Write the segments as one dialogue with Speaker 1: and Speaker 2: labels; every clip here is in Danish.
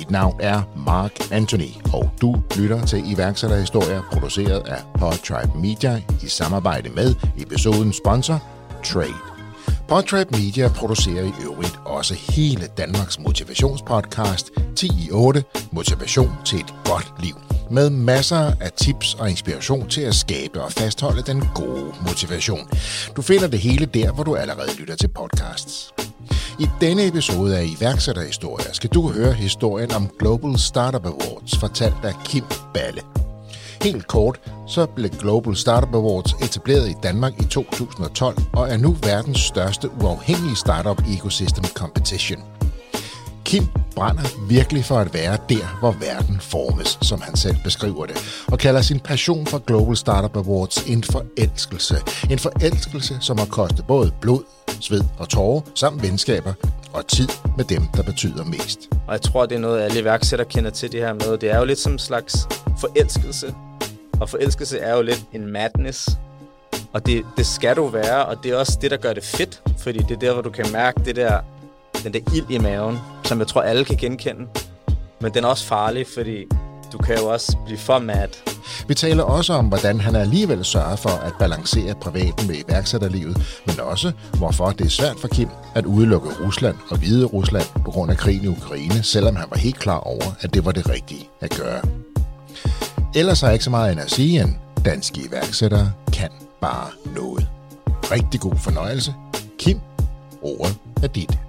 Speaker 1: Mit navn er Mark Anthony, og du lytter til iværksætterhistorier produceret af Podtribe Media i samarbejde med episodens sponsor, Trade. Podtribe Media producerer i øvrigt også hele Danmarks motivationspodcast 10-8 Motivation til et godt liv, med masser af tips og inspiration til at skabe og fastholde den gode motivation. Du finder det hele der, hvor du allerede lytter til podcasts. I denne episode af iværksætterhistorier skal du høre historien om Global Startup Awards, fortalt af Kim Balle. Helt kort, så blev Global Startup Awards etableret i Danmark i 2012 og er nu verdens største uafhængige startup ecosystem competition. Kim brænder virkelig for at være der, hvor verden formes, som han selv beskriver det, og kalder sin passion for Global Startup Awards en forelskelse. En forelskelse, som har kostet både blod, sved og tårer, samt venskaber og tid med dem, der betyder mest.
Speaker 2: Og jeg tror, det er noget, alle iværksættere kender til det her med. Det er jo lidt som en slags forelskelse, og forelskelse er jo lidt en madness. Og det skal du være, og det er også det, der gør det fedt, fordi det er der, hvor du kan mærke den der ild i maven, som jeg tror, alle kan genkende. Men den er også farlig, fordi du kan jo også blive for mad.
Speaker 1: Vi taler også om, hvordan han alligevel sørger for at balancere privaten med iværksætterlivet, men også, hvorfor det er svært for Kim at udelukke Rusland og Hvide Rusland på grund af krigen i Ukraine, selvom han var helt klar over, at det var det rigtige at gøre. Ellers er ikke så meget end at sige, end danske iværksættere kan bare noget. Rigtig god fornøjelse. Kim, ordet er dit.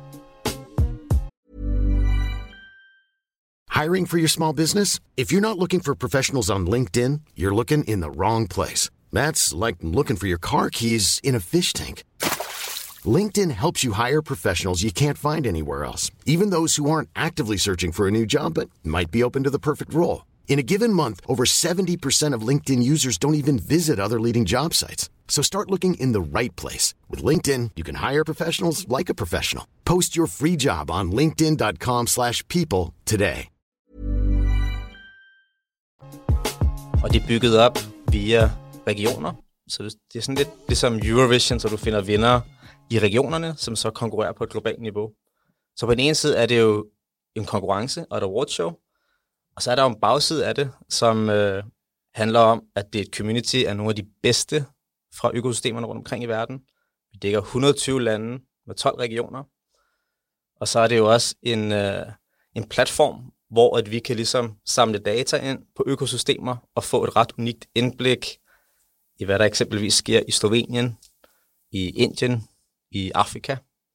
Speaker 3: Hiring for your small business? If you're not looking for professionals on LinkedIn, you're looking in the wrong place. That's like looking for your car keys in a fish tank. LinkedIn helps you hire professionals you can't find anywhere else, even those who aren't actively searching for a new job but might be open to the perfect role. In a given month, over 70% of LinkedIn users don't even visit other leading job sites. So start looking in the right place. With LinkedIn, you can hire professionals like a professional. Post your free job on linkedin.com/people today.
Speaker 2: Og det er bygget op via regioner. Så det er sådan lidt ligesom Eurovision, så du finder vindere i regionerne, som så konkurrerer på et globalt niveau. Så på den ene side er det jo en konkurrence og et awardshow, og så er der jo en bagside af det, som handler om, at det er et community af nogle af de bedste fra økosystemerne rundt omkring i verden. Vi dækker 120 lande med 12 regioner. Og så er det jo også en platform, hvor at vi kan ligesom samle data ind på økosystemer og få et ret unikt indblik i, hvad der eksempelvis sker i Slovenien, i Indien, i Afrika.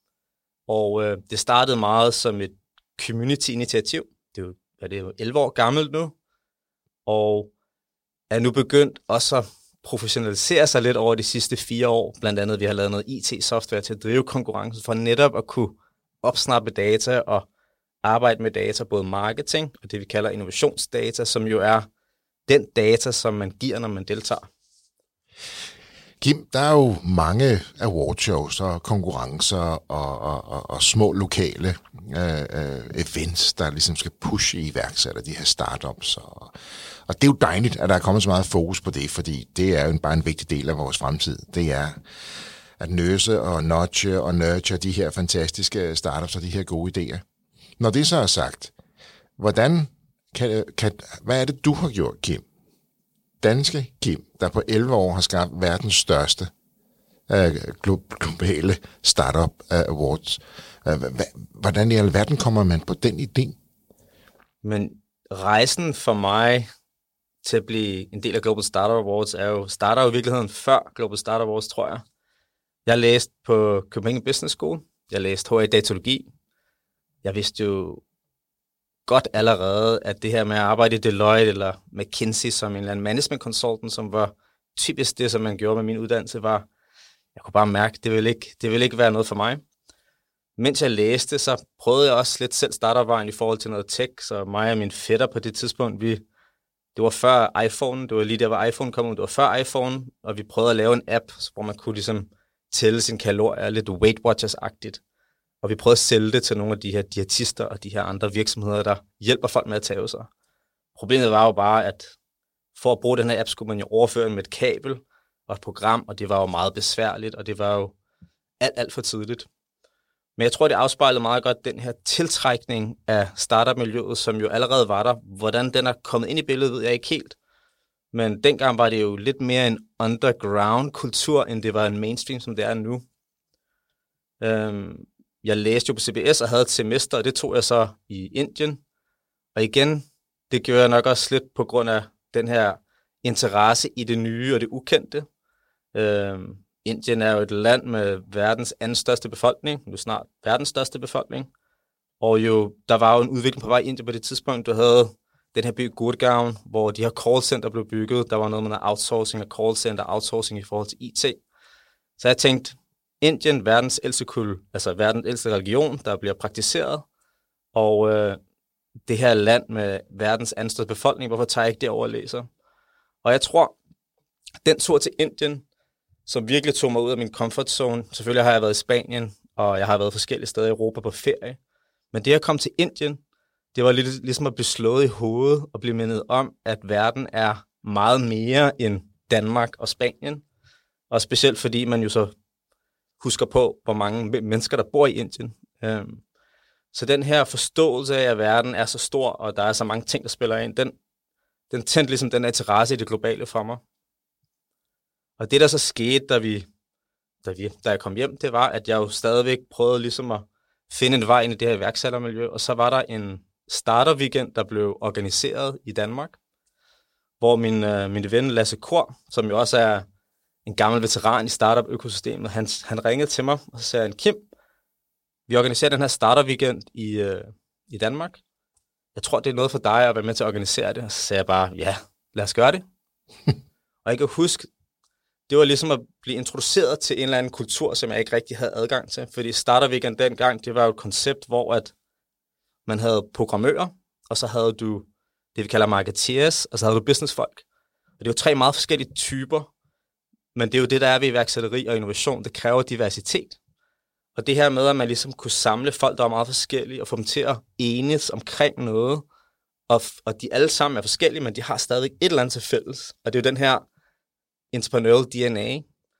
Speaker 2: Og det startede meget som et community-initiativ. Det er jo 11 år gammelt nu, og er nu begyndt også at professionalisere sig lidt over de sidste 4 år. Blandt andet, vi har lavet noget IT-software til at drive konkurrencen, for netop at kunne opsnappe data og arbejde med data, både marketing og det, vi kalder innovationsdata, som jo er den data, som man giver, når man deltager.
Speaker 1: Kim, der er jo mange awardshows og konkurrencer og små lokale events, der ligesom skal pushe iværksættere, de her startups. Og det er jo dejligt, at der er kommet så meget fokus på det, fordi det er jo bare en vigtig del af vores fremtid. Det er at nøse og nudge og nurture de her fantastiske startups og de her gode idéer. Når det så er sagt, hvad er det, du har gjort, Kim? Danske Kim, der på 11 år har skabt verdens største globale startup awards. Hvordan i alverden kommer man på den idé?
Speaker 2: Men rejsen for mig til at blive en del af Global Startup Awards starter jo i virkeligheden før Global Startup Awards, tror jeg. Jeg læste på Copenhagen Business School. Jeg læste HA Datalogi. Jeg vidste jo godt allerede, at det her med at arbejde i Deloitte eller McKinsey som en eller anden management consultant, som var typisk det, som man gjorde med min uddannelse, var, jeg kunne bare mærke, det ville ikke være noget for mig. Mens jeg læste, så prøvede jeg også lidt selv startervejen i forhold til noget tech, så mig og min fætter på det tidspunkt, det var før iPhone, det var lige der, hvor iPhone kom ud, det var før iPhone, og vi prøvede at lave en app, hvor man kunne ligesom tælle sine kalorier, lidt Weight Watchers-agtigt. Og vi prøvede at sælge det til nogle af de her diætister og de her andre virksomheder, der hjælper folk med at tage sig. Problemet var jo bare, at for at bruge den her app, skulle man jo overføre den med et kabel og et program, og det var jo meget besværligt, og det var jo alt for tidligt. Men jeg tror, det afspejlede meget godt den her tiltrækning af startup-miljøet, som jo allerede var der. Hvordan den er kommet ind i billedet, ved jeg ikke helt. Men dengang var det jo lidt mere en underground-kultur, end det var en mainstream, som det er nu. Jeg læste jo på CBS og havde et semester, og det tog jeg så i Indien. Og igen, det gjorde jeg nok også lidt på grund af den her interesse i det nye og det ukendte. Indien er jo et land med verdens anden største befolkning, nu snart verdens største befolkning. Og jo, der var jo en udvikling på vej i Indien på det tidspunkt. Du havde den her by Gurgaon, hvor de her callcenter blev bygget. Der var noget med outsourcing af callcenter, outsourcing i forhold til IT. Så jeg tænkte, Indien, verdens ældste religion, der bliver praktiseret. Og det her land med verdens anden største befolkning, hvorfor tager jeg ikke det over og læser? Og jeg tror, den tur til Indien, som virkelig tog mig ud af min comfort zone. Selvfølgelig har jeg været i Spanien, og jeg har været forskellige steder i Europa på ferie. Men det at komme til Indien, det var ligesom at blive slået i hovedet og blive mindet om, at verden er meget mere end Danmark og Spanien. Og specielt fordi man jo så husker på, hvor mange mennesker, der bor i Indien. Så den her forståelse af, at verden er så stor, og der er så mange ting, der spiller ind, den tændte ligesom den interesse i det globale for mig. Og det, der så skete, da jeg kom hjem, det var, at jeg jo stadigvæk prøvede ligesom at finde en vej ind i det her iværksættermiljø, og så var der en starter-weekend, der blev organiseret i Danmark, hvor min ven Lasse Kor, som jo også er en gammel veteran i startup-økosystemet, han ringede til mig, og så sagde han, Kim, vi organiserer den her starter-weekend i Danmark. Jeg tror, det er noget for dig at være med til at organisere det. Og så sagde jeg bare, ja, lad os gøre det. Og jeg kan huske, det var ligesom at blive introduceret til en eller anden kultur, som jeg ikke rigtig havde adgang til. Fordi Starter Weekend dengang, det var jo et koncept, hvor at man havde programmører, og så havde du det, vi kalder marketeers, og så havde du businessfolk. Og det er jo 3 meget forskellige typer, men det er jo det, der er ved iværksætteri og innovation. Det kræver diversitet. Og det her med, at man ligesom kunne samle folk, der var meget forskellige, og få dem til at enes omkring noget, og de alle sammen er forskellige, men de har stadig et eller andet til fælles. Og det er jo den her entrepreneurial DNA.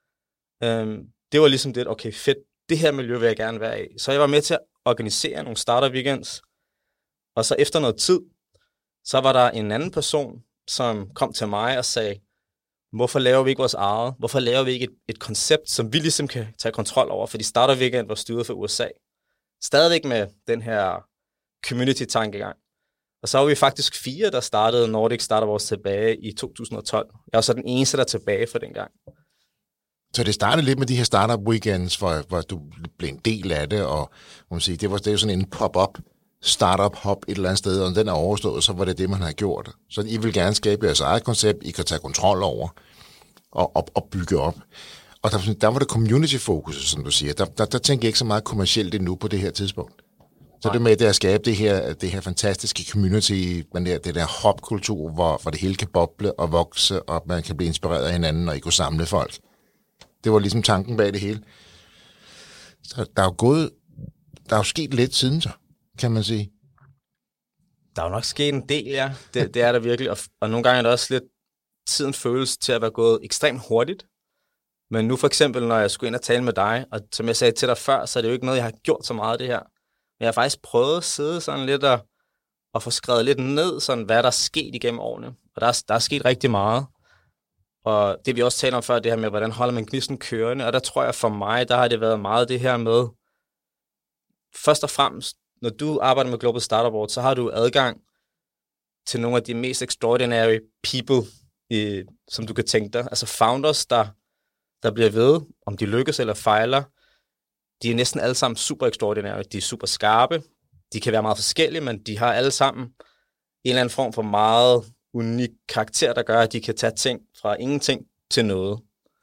Speaker 2: Det var ligesom det, okay, fedt, det her miljø vil jeg gerne være i. Så jeg var med til at organisere nogle starter weekends, og så efter noget tid, så var der en anden person, som kom til mig og sagde, hvorfor laver vi ikke vores eget? Hvorfor laver vi ikke et koncept, som vi ligesom kan tage kontrol over? Fordi Starter Weekend var styret fra USA. Stadigvæk med den her community-tankegang. Og så var vi faktisk 4, der startede Nordic Startup Wars tilbage i 2012. Jeg var så den eneste, der er tilbage fra dengang.
Speaker 1: Så det startede lidt med de her startup weekends, hvor du blev en del af det, og man sige, det var jo sådan en pop-up startup hop et eller andet sted, og når den er overstået, så var det, man havde gjort. Så I vil gerne skabe jeres eget koncept, I kan tage kontrol over og bygge op. Og der var det community-fokus, som du siger. Der tænker jeg ikke så meget kommercielt endnu på det her tidspunkt. Så det med det at skabe det her fantastiske community, det der hop-kultur, hvor det hele kan boble og vokse, og man kan blive inspireret af hinanden, og I kunne samle folk. Det var ligesom tanken bag det hele. Så der er jo sket lidt siden så, kan man sige.
Speaker 2: Der er jo nok sket en del, ja. Det er der virkelig, og nogle gange er det også lidt, tiden føles til at være gået ekstremt hurtigt. Men nu for eksempel, når jeg skulle ind og tale med dig, og som jeg sagde til dig før, så er det jo ikke noget, jeg har gjort så meget af det her. Men jeg har faktisk prøvet at sidde sådan lidt og få skrevet lidt ned, sådan hvad der er sket igennem årene. Og der er sket rigtig meget. Og det vi også taler om før, det her med, hvordan holder man gnisten kørende. Og der tror jeg for mig, der har det været meget det her med, først og fremmest, når du arbejder med Global Startup Awards, så har du adgang til nogle af de mest extraordinary people, som du kan tænke dig. Altså founders, der bliver ved, om de lykkes eller fejler. De er næsten alle sammen super extraordinære. De er super skarpe. De kan være meget forskellige, men de har alle sammen en eller anden form for meget unik karakter, der gør, at de kan tage ting fra ingenting til noget.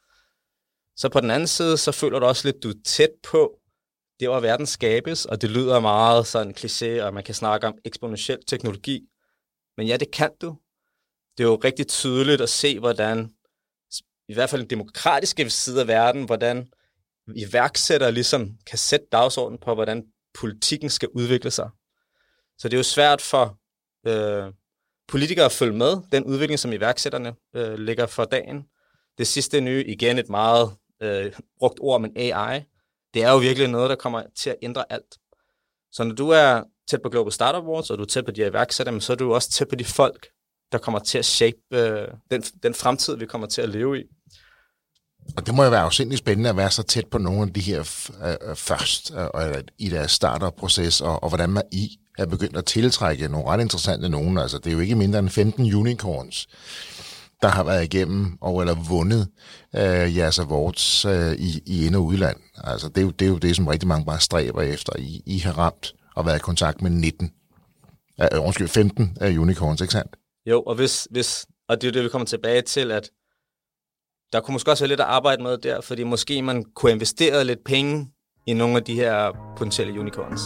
Speaker 2: Så på den anden side, så føler du også lidt, du er tæt på det, hvor verden skabes, og det lyder meget sådan kliché, og man kan snakke om eksponentiel teknologi. Men ja, det kan du. Det er jo rigtig tydeligt at se, hvordan, i hvert fald den demokratiske side af verden, hvordan iværksættere ligesom kan sætte dagsordenen på, hvordan politikken skal udvikle sig. Så det er jo svært for politikere at følge med den udvikling, som iværksætterne lægger for dagen. Det sidste nye, igen et meget brugt ord, men AI. det er jo virkelig noget, der kommer til at ændre alt. Så når du er tæt på Global Startup Awards, og du er tæt på de her iværksættere, så er du også tæt på de folk, der kommer til at shape den fremtid, vi kommer til at leve i.
Speaker 1: Og det må jo være afsindigt spændende at være så tæt på nogle af de her først i deres startup-proces, og hvordan man er begyndt at tiltrække nogle ret interessante nogen. Altså, det er jo ikke mindre end 15 unicorns, der har været igennem eller vundet jeres awards i ind- og udland. Altså, det er jo det, som rigtig mange bare stræber efter. I har ramt og været i kontakt med 15 unicorns, ikke sandt?
Speaker 2: Jo, og og det er det, vi kommer tilbage til, at der kunne måske også være lidt at arbejde med der, fordi måske man kunne investere lidt penge i nogle af de her potentielle unicorns.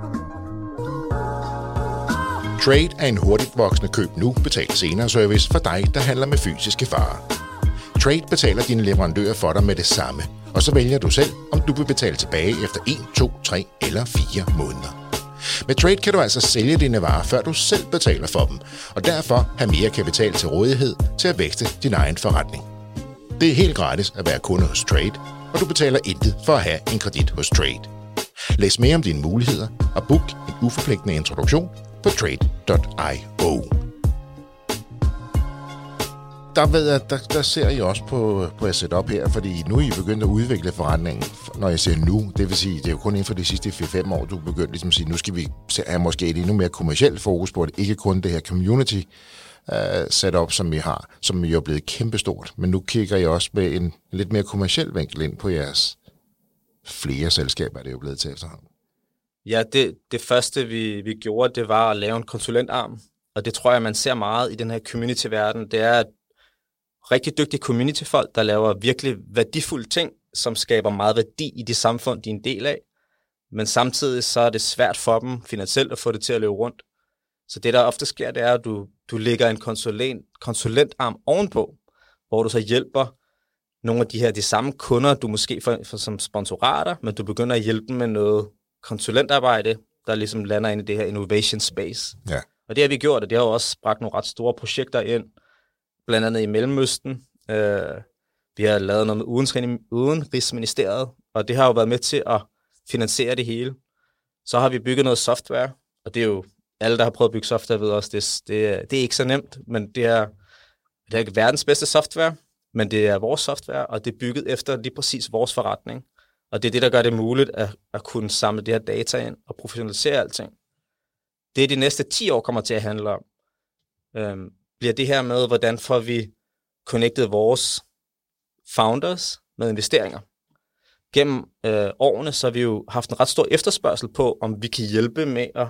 Speaker 1: Trade er en hurtigt voksende køb nu, betal senere service for dig, der handler med fysiske varer. Trade betaler dine leverandører for dig med det samme, og så vælger du selv, om du vil betale tilbage efter 1, 2, 3 eller 4 måneder. Med Trade kan du altså sælge dine varer, før du selv betaler for dem, og derfor have mere kapital til rådighed til at vækste din egen forretning. Det er helt gratis at være kunde hos Trade, og du betaler intet for at have en kredit hos Trade. Læs mere om dine muligheder og book en uforpligtende introduktion på trade.io. Der ved jeg, der ser I også på et setup her, fordi nu er I begyndt at udvikle forretningen. Når jeg siger nu, det vil sige, det er jo kun inden for de sidste 4-5 år, du er begyndt ligesom at sige, nu skal vi have måske et endnu mere kommercielt fokus på det, ikke kun det her community setup, som vi har, som jo er blevet kæmpestort. Men nu kigger I også med en lidt mere kommerciel vinkel ind på jeres flere selskaber, det er jo blevet til efterhånden.
Speaker 2: Ja, det første, vi gjorde, det var at lave en konsulentarm. Og det tror jeg, man ser meget i den her community-verden. Det er rigtig dygtige community-folk, der laver virkelig værdifulde ting, som skaber meget værdi i det samfund, de er en del af. Men samtidig så er det svært for dem finansielt at få det til at løbe rundt. Så det, der ofte sker, det er, at du lægger en konsulentarm ovenpå, hvor du så hjælper nogle af de samme kunder, du måske får som sponsorater, men du begynder at hjælpe dem med noget konsulentarbejde, der ligesom lander ind i det her innovation space.
Speaker 1: Ja.
Speaker 2: Og det har vi gjort, og det har jo også bragt nogle ret store projekter ind, blandt andet i Mellemøsten. Vi har lavet noget med Udenrigsministeriet, og det har jo været med til at finansiere det hele. Så har vi bygget noget software, og det er jo alle, der har prøvet at bygge software, ved også, det er ikke så nemt, men det er ikke verdens bedste software, men det er vores software, og det er bygget efter lige præcis vores forretning. Og det er det, der gør det muligt at kunne samle det her data ind og professionalisere alting. Det de næste 10 år kommer til at handle om, bliver det her med, hvordan får vi connected vores founders med investeringer. Gennem årene, så har vi jo haft en ret stor efterspørgsel på, om vi kan hjælpe med at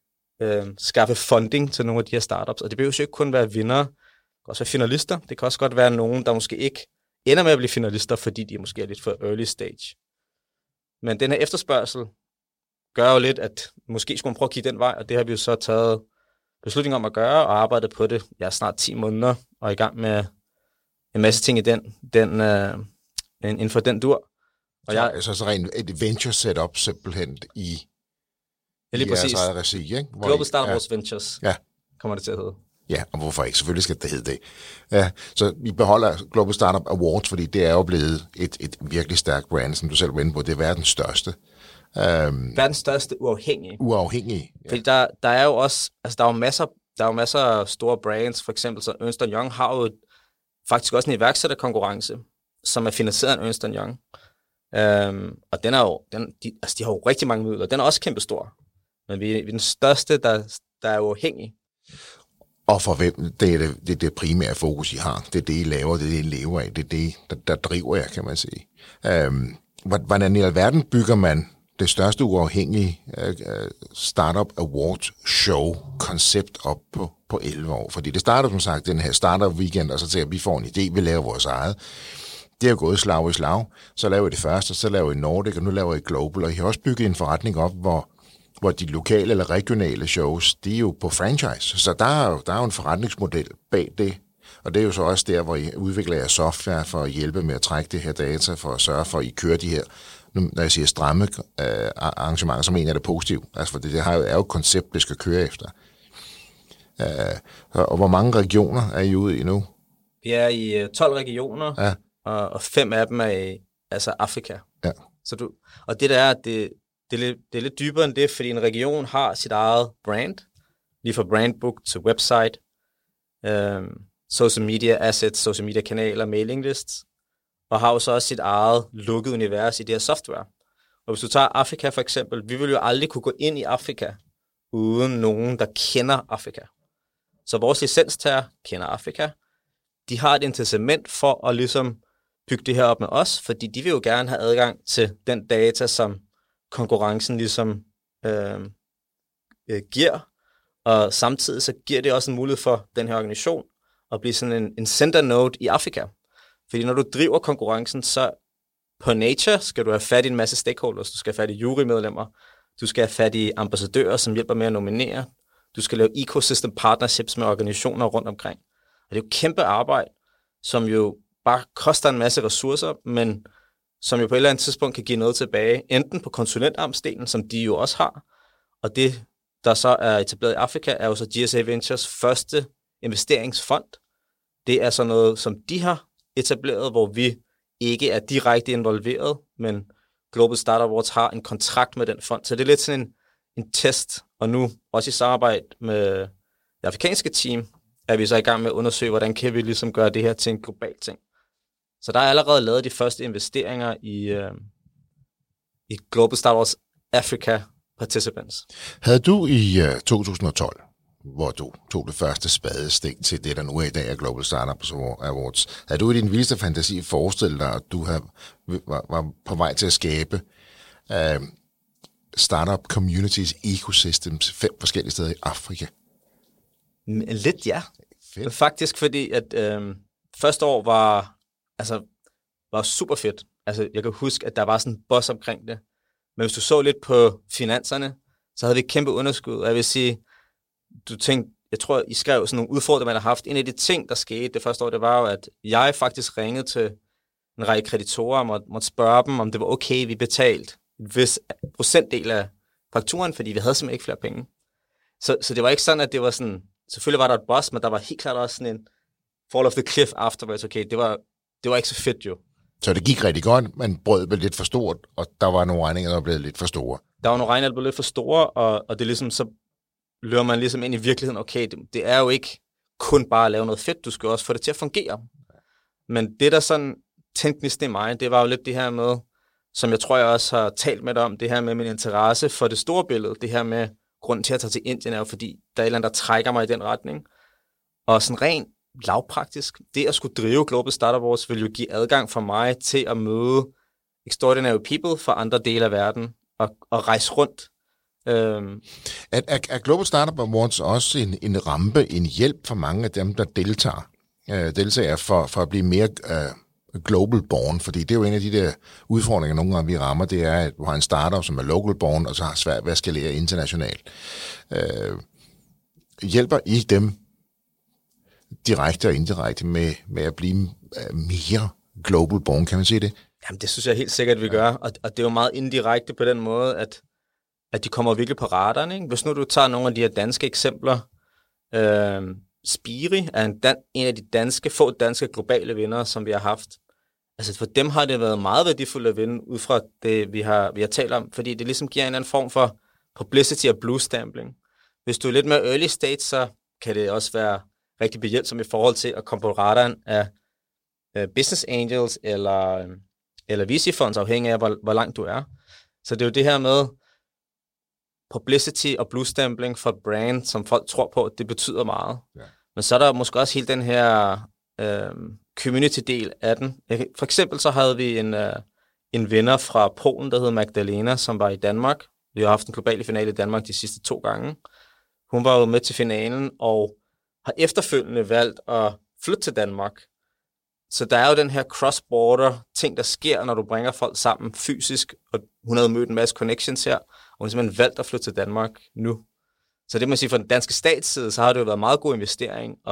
Speaker 2: skaffe funding til nogle af de her startups. Og det behøver jo ikke kun være vindere, det kan også være finalister. Det kan også godt være nogen, der måske ikke ender med at blive finalister, fordi de måske er lidt for early stage. Men den her efterspørgsel gør jo lidt, at måske skulle man prøve at kigge den vej, og det har vi jo så taget beslutning om at gøre, og arbejdet på det. Jeg er snart 10 måneder, og er i gang med en masse ting i inden for den dur. Og
Speaker 1: så rent et venture setup simpelthen i
Speaker 2: jeres
Speaker 1: eget regi, ikke?
Speaker 2: Global Startup Awards Ventures, kommer det til at hedde.
Speaker 1: Ja, og hvorfor ikke? Selvfølgelig skal det hedde det. Ja, så vi beholder Global Startup Awards, fordi det er jo blevet et virkelig stærkt brand, som du selv var inde på. Det er verdens største.
Speaker 2: Verdens største uafhængige.
Speaker 1: Uafhængige. Ja.
Speaker 2: Fordi der er jo også, altså der er jo masser af store brands, for eksempel så Ernst & Young har jo faktisk også en iværksætterkonkurrence, som er finansieret af Ernst & Young. Og den er jo, de har jo rigtig mange midler. Den er også kæmpestor. Men vi er den største, der er uafhængig.
Speaker 1: Og for hvem, det er det primære fokus, I har. Det er det, I laver, det er det, I lever af. Det er det, der driver jer, kan man sige. Hvordan i alverden bygger man det største uafhængige Startup Awards show-koncept op på 11 år? Fordi det starter, som sagt, den her Startup Weekend, og så til at vi får en idé, vi laver vores eget. Det er gået slag i slag. Så laver I det første, så laver I Nordic, og nu laver I Global. Og I har også bygget en forretning op, hvor de lokale eller regionale shows, de er jo på franchise. Så der er jo en forretningsmodel bag det. Og det er jo så også der, hvor I udvikler jeres software for at hjælpe med at trække det her data, for at sørge for, at I kører de her, når jeg siger stramme arrangementer, så mener jeg det positivt. Altså, for det er jo et koncept, det skal køre efter. Og hvor mange regioner er I ude i nu?
Speaker 2: Vi er i 12 regioner, og 5 af dem er i Afrika.
Speaker 1: Ja.
Speaker 2: Og det der er, det er lidt dybere end det, fordi en region har sit eget brand, lige fra brandbook til website, social media assets, social media kanaler, mailing lists, og har jo så også sit eget lukket univers i det her software. Og hvis du tager Afrika for eksempel, vi vil jo aldrig kunne gå ind i Afrika, uden nogen, der kender Afrika. Så vores licenstager kender Afrika. De har et incitament for at ligesom bygge det her op med os, fordi de vil jo gerne have adgang til den data, som konkurrencen ligesom giver. Og samtidig så giver det også en mulighed for den her organisation at blive sådan en center node i Afrika. Fordi når du driver konkurrencen, så på nature skal du have fat i en masse stakeholders. Du skal have fat i jurymedlemmer. Du skal have fat i ambassadører, som hjælper med at nominere. Du skal lave ecosystem partnerships med organisationer rundt omkring. Og det er jo kæmpe arbejde, som jo bare koster en masse ressourcer, men som jo på et eller andet tidspunkt kan give noget tilbage, enten på konsulentarmsdelen, som de jo også har, og det, der så er etableret i Afrika, er jo så GSA Ventures første investeringsfond. Det er så noget, som de har etableret, hvor vi ikke er direkte involveret, men Global Startup Awards har en kontrakt med den fond. Så det er lidt sådan en test, og nu også i samarbejde med det afrikanske team, er vi så i gang med at undersøge, hvordan kan vi ligesom gøre det her til en global ting. Så der er allerede lavet de første investeringer i Global Startup Awards Africa Participants.
Speaker 1: Havde du i 2012, hvor du tog det første spadestik til det, der nu er i dag er Global Startup Awards, havde du i din vildeste fantasi forestillet dig, at du var på vej til at skabe startup communities, ecosystems 5 forskellige steder i Afrika?
Speaker 2: Lidt ja.
Speaker 1: Fedt.
Speaker 2: Faktisk fordi, at første år var super fedt. Altså, jeg kan huske, at der var sådan en boss omkring det. Men hvis du så lidt på finanserne, så havde vi et kæmpe underskud. Og jeg vil sige, du tænkte, jeg tror, I skrev sådan nogle udfordringer, man har haft. En af de ting, der skete det første år, det var jo, at jeg faktisk ringede til en række kreditorer og måtte spørge dem, om det var okay, vi betalte en vis procentdel af fakturen, fordi vi havde simpelthen ikke flere penge. Så det var ikke sådan, at det var sådan, selvfølgelig var der et boss, men der var helt klart også sådan en fall of the cliff afterwards. Okay, det var ikke så fedt jo.
Speaker 1: Så det gik rigtig godt, men brødet blev lidt for stort, og der var nogle regninger, der blev lidt for store.
Speaker 2: Der var nogle regninger, der blev lidt for store, og det ligesom, så løber man ligesom ind i virkeligheden. Okay, det er jo ikke kun bare at lave noget fedt, du skal også få det til at fungere. Men det, der sådan tænkte i mig, det var jo lidt det her med, som jeg tror, jeg også har talt med dig om, det her med min interesse for det store billede, det her med grunden til at tage til Indien er jo, fordi der er et eller andet, der trækker mig i den retning. Og sådan rent lavpraktisk, det at skulle drive Global Startup Awards vil jo give adgang for mig til at møde extraordinary people fra andre dele af verden og rejse rundt.
Speaker 1: Er Global Startup Awards også en rampe, en hjælp for mange af dem, der deltager for at blive mere global born? Fordi det er jo en af de der udfordringer, nogle gange vi rammer, det er, at du har en startup, som er local born, og så har svært ved at skalere internationalt. Hjælper I dem direkte og indirekte med at blive mere global born, kan man sige det?
Speaker 2: Jamen, det synes jeg helt sikkert, vi gør, og det er jo meget indirekte på den måde, at de kommer virkelig på radaren, ikke? Hvis nu du tager nogle af de her danske eksempler, Spiri er en af de få danske globale vindere, som vi har haft. Altså for dem har det været meget værdifuldt at vinde, ud fra det, vi har talt om, fordi det ligesom giver en anden form for publicity og blue stampling. Hvis du er lidt mere early stage, så kan det også være rigtig behjælpsomt i forhold til at komme på radaren af business angels eller VC-fonds, afhængig af, hvor langt du er. Så det er jo det her med publicity og blue stampling for brand, som folk tror på, det betyder meget. Ja. Men så er der måske også hele den her community-del af den. For eksempel så havde vi en vinder fra Polen, der hed Magdalena, som var i Danmark. Vi har haft en global finale i Danmark de sidste 2 gange. Hun var jo med til finalen, og har efterfølgende valgt at flytte til Danmark. Så der er jo den her cross-border ting, der sker, når du bringer folk sammen fysisk, og hun havde mødt en masse connections her, og hun har simpelthen valgt at flytte til Danmark nu. Så det må sige, fra den danske statsside, så har det jo været meget god investering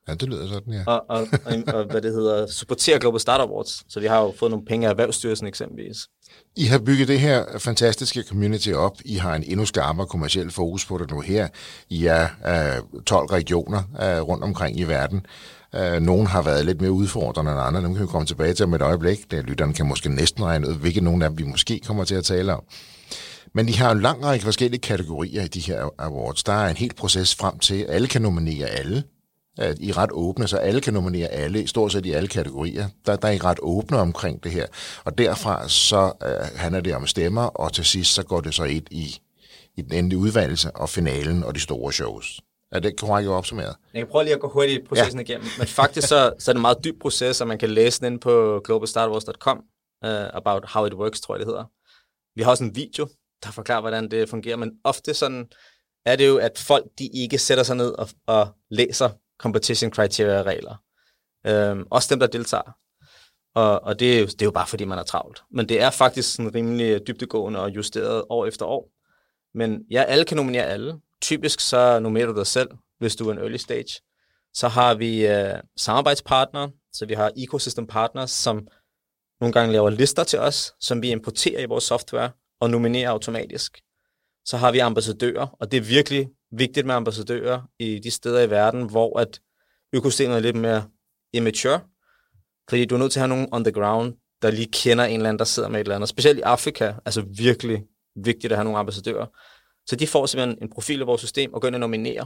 Speaker 1: Ja, det lyder sådan, ja.
Speaker 2: Og hvad det hedder, supportere Global Startup Awards. Så vi har jo fået nogle penge af Erhvervsstyrelsen eksempelvis.
Speaker 1: I har bygget det her fantastiske community op. I har en endnu skarpere kommerciel fokus på det nu her. I er 12 regioner rundt omkring i verden. Nogle har været lidt mere udfordrende end andre. Dem kan vi komme tilbage til om et øjeblik. Lytterne kan måske næsten regne ud, hvilke nogle af dem vi måske kommer til at tale om. Men I har en lang række forskellige kategorier i de her awards. Der er en helt proces frem til, at alle kan nominere alle. I er ret åbne, så alle kan nominere alle, stort set i alle kategorier. Der er I ret åbne omkring det her. Og derfra så handler det om stemmer, og til sidst så går det så ind i den endelige udvalgelse og finalen og de store shows. Er det korrekt opsummeret?
Speaker 2: Jeg kan prøve lige at gå hurtigt i processen igennem. Men faktisk så er det en meget dyb proces, og man kan læse den inde på globalstartupawards.com about how it works, tror jeg det hedder. Vi har også en video, der forklarer, hvordan det fungerer, men ofte sådan er det jo, at folk de ikke sætter sig ned og læser competition criteria regler. Også dem, der deltager. Og det er jo bare, fordi man er travlt. Men det er faktisk sådan rimelig dybdegående og justeret år efter år. Men ja, alle kan nominere alle. Typisk så nominerer du dig selv, hvis du er en early stage. Så har vi samarbejdspartnere, så vi har ecosystem partners, som nogle gange laver lister til os, som vi importerer i vores software og nominerer automatisk. Så har vi ambassadører, og det er virkelig vigtigt med ambassadører i de steder i verden, hvor at økosystemet er lidt mere immature, fordi du er nødt til at have nogen on the ground, der lige kender en eller anden, der sidder med et eller andet. Specielt i Afrika, altså virkelig vigtigt at have nogle ambassadører. Så de får simpelthen en profil i vores system og går ind og nominerer.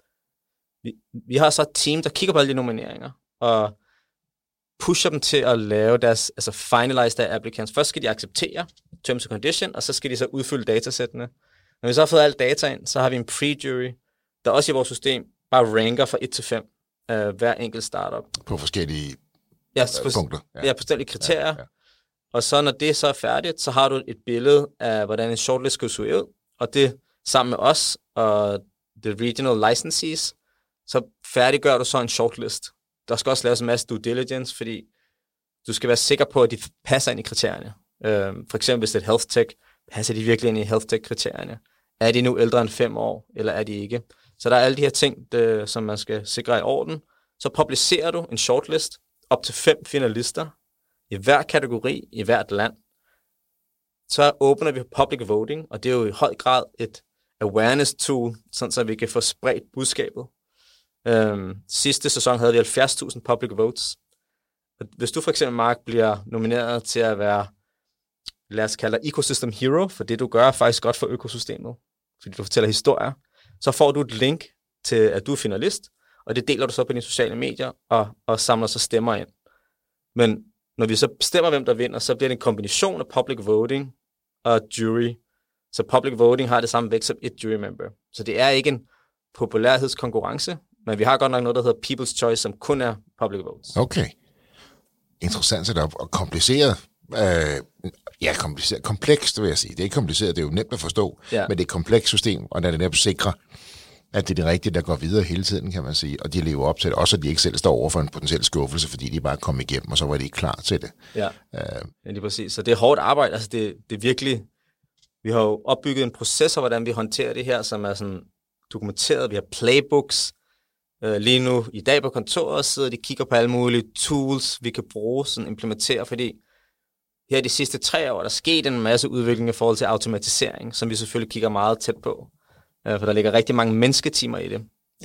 Speaker 2: Vi har så et team, der kigger på alle de nomineringer, og pusher dem til at lave deres, altså finalize deres applicants. Først skal de acceptere terms and condition, og så skal de så udfylde datasættene. Når vi så har fået alt data ind, så har vi en pre-jury, der også i vores system bare ranker fra 1 til 5 hver enkelt startup.
Speaker 1: På forskellige punkter.
Speaker 2: Ja, på forskellige kriterier. Ja. Og så når det så er færdigt, så har du et billede af, hvordan en shortlist skal se ud, og det sammen med os og the regional licensees, så færdiggør du så en shortlist. Der skal også laves en masse due diligence, fordi du skal være sikker på, at de passer ind i kriterierne. For eksempel hvis det er health tech, passer de virkelig ind i health tech-kriterierne? Er de nu ældre end 5 år, eller er de ikke? Så der er alle de her ting, som man skal sikre i orden. Så publicerer du en shortlist op til 5 finalister i hver kategori, i hvert land. Så åbner vi public voting, og det er jo i høj grad et awareness tool, sådan så vi kan få spredt budskabet. Sidste sæson havde vi 70.000 public votes. Hvis du for eksempel, Mark, bliver nomineret til at være, lad os kalde dig ecosystem hero, for det du gør er faktisk godt for økosystemet, fordi du fortæller historier, så får du et link til, at du er finalist, og det deler du så på dine sociale medier, og samler så stemmer ind. Men når vi så bestemmer, hvem der vinder, så bliver det en kombination af public voting og jury. Så public voting har det samme vægt som et jury member. Så det er ikke en populærhedskonkurrence, men vi har godt nok noget, der hedder People's Choice, som kun er public votes.
Speaker 1: Okay. Interessant setup og kompliceret. Kompliceret. Komplekst, vil jeg sige. Det er ikke kompliceret, det er jo nemt at forstå, men det er et komplekst system, og der er det nemt sikre, at det er det rigtige, der går videre hele tiden, kan man sige, og de lever op til det. Også at de ikke selv står over for en potentiel skuffelse, fordi de bare kom igennem, og så var de ikke klar til det.
Speaker 2: Ja, lige præcis. Så det er hårdt arbejde. Altså det er virkelig. Vi har jo opbygget en proces, hvordan vi håndterer det her, som er sådan dokumenteret. Vi har playbooks. Lige nu i dag på kontoret sidder de kigger på alle mulige tools, vi kan bruge, sådan implementere, fordi her de sidste 3 år, der er sket en masse udvikling i forhold til automatisering, som vi selvfølgelig kigger meget tæt på. For der ligger rigtig mange mennesketimer i det.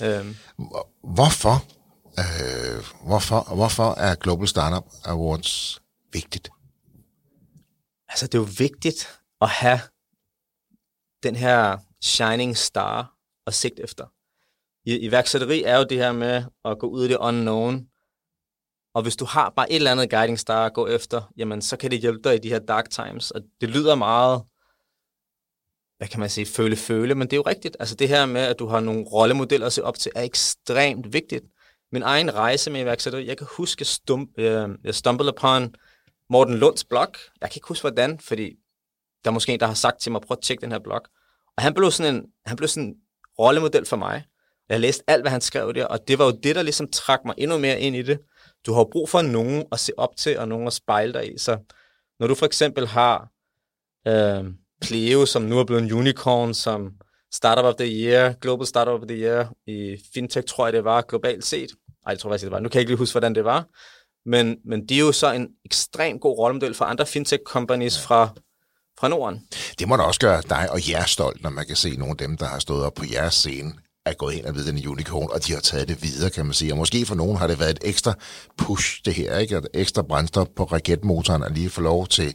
Speaker 1: Hvorfor er Global Startup Awards vigtigt?
Speaker 2: Altså, det er jo vigtigt at have den her shining star at sigte efter. Iværksætteri er jo det her med at gå ud i det unknown, og hvis du har bare et eller andet guiding star at gå efter, jamen så kan det hjælpe dig i de her dark times, og det lyder meget, hvad kan man sige, føle, men det er jo rigtigt. Altså det her med, at du har nogle rollemodeller at se op til, er ekstremt vigtigt. Min egen rejse med iværksætteri, jeg kan huske, jeg stumbled upon Morten Lunds blog. Jeg kan ikke huske hvordan, fordi der er måske en, der har sagt til mig, prøv at tjekke den her blog. Og han blev sådan en rollemodel for mig. Jeg læste alt, hvad han skrev der, og det var jo det, der ligesom trak mig endnu mere ind i det. Du har brug for nogen at se op til, og nogen at spejle dig i. Så når du for eksempel har Pleo, som nu er blevet en unicorn, som Startup of the Year, Global Startup of the Year, i fintech tror jeg det var globalt set, jeg tror faktisk, det var. Nu kan jeg ikke lige huske, hvordan det var. Men de er jo så en ekstremt god rollemodel for andre fintech-companies fra Norden.
Speaker 1: Det må da også gøre dig og jer stolt, når man kan se nogle af dem, der har stået op på jeres scene, er gået ind og ved den unicorn, og de har taget det videre, kan man sige. Og måske for nogen har det været et ekstra push, det her, ikke? Et ekstra brændstof på raketmotoren, at lige få lov til,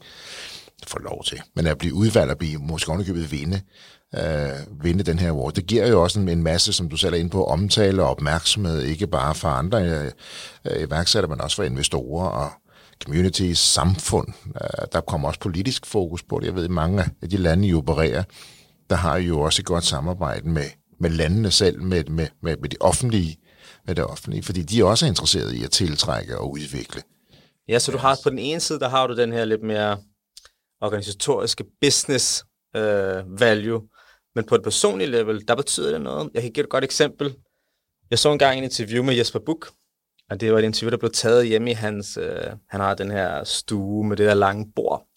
Speaker 1: men at blive udvalgt og blive måske ovenikøbet vinde den her award. Det giver jo også en masse, som du selv er inde på, omtale og opmærksomhed, ikke bare for andre iværksættere, men også for investorer og communities, samfund. Der kommer også politisk fokus på det. Jeg ved, i mange af de lande, I opererer, der har jo også et godt samarbejde med landene selv, med det offentlige, fordi de også er interesserede i at tiltrække og udvikle.
Speaker 2: Ja, så du har på den ene side, der har du den her lidt mere organisatoriske business value, men på et personligt level, der betyder det noget. Jeg kan give et godt eksempel. Jeg så engang en interview med Jesper Buch, og det var et interview, der blev taget hjemme i hans, han har den her stue med det der lange bord.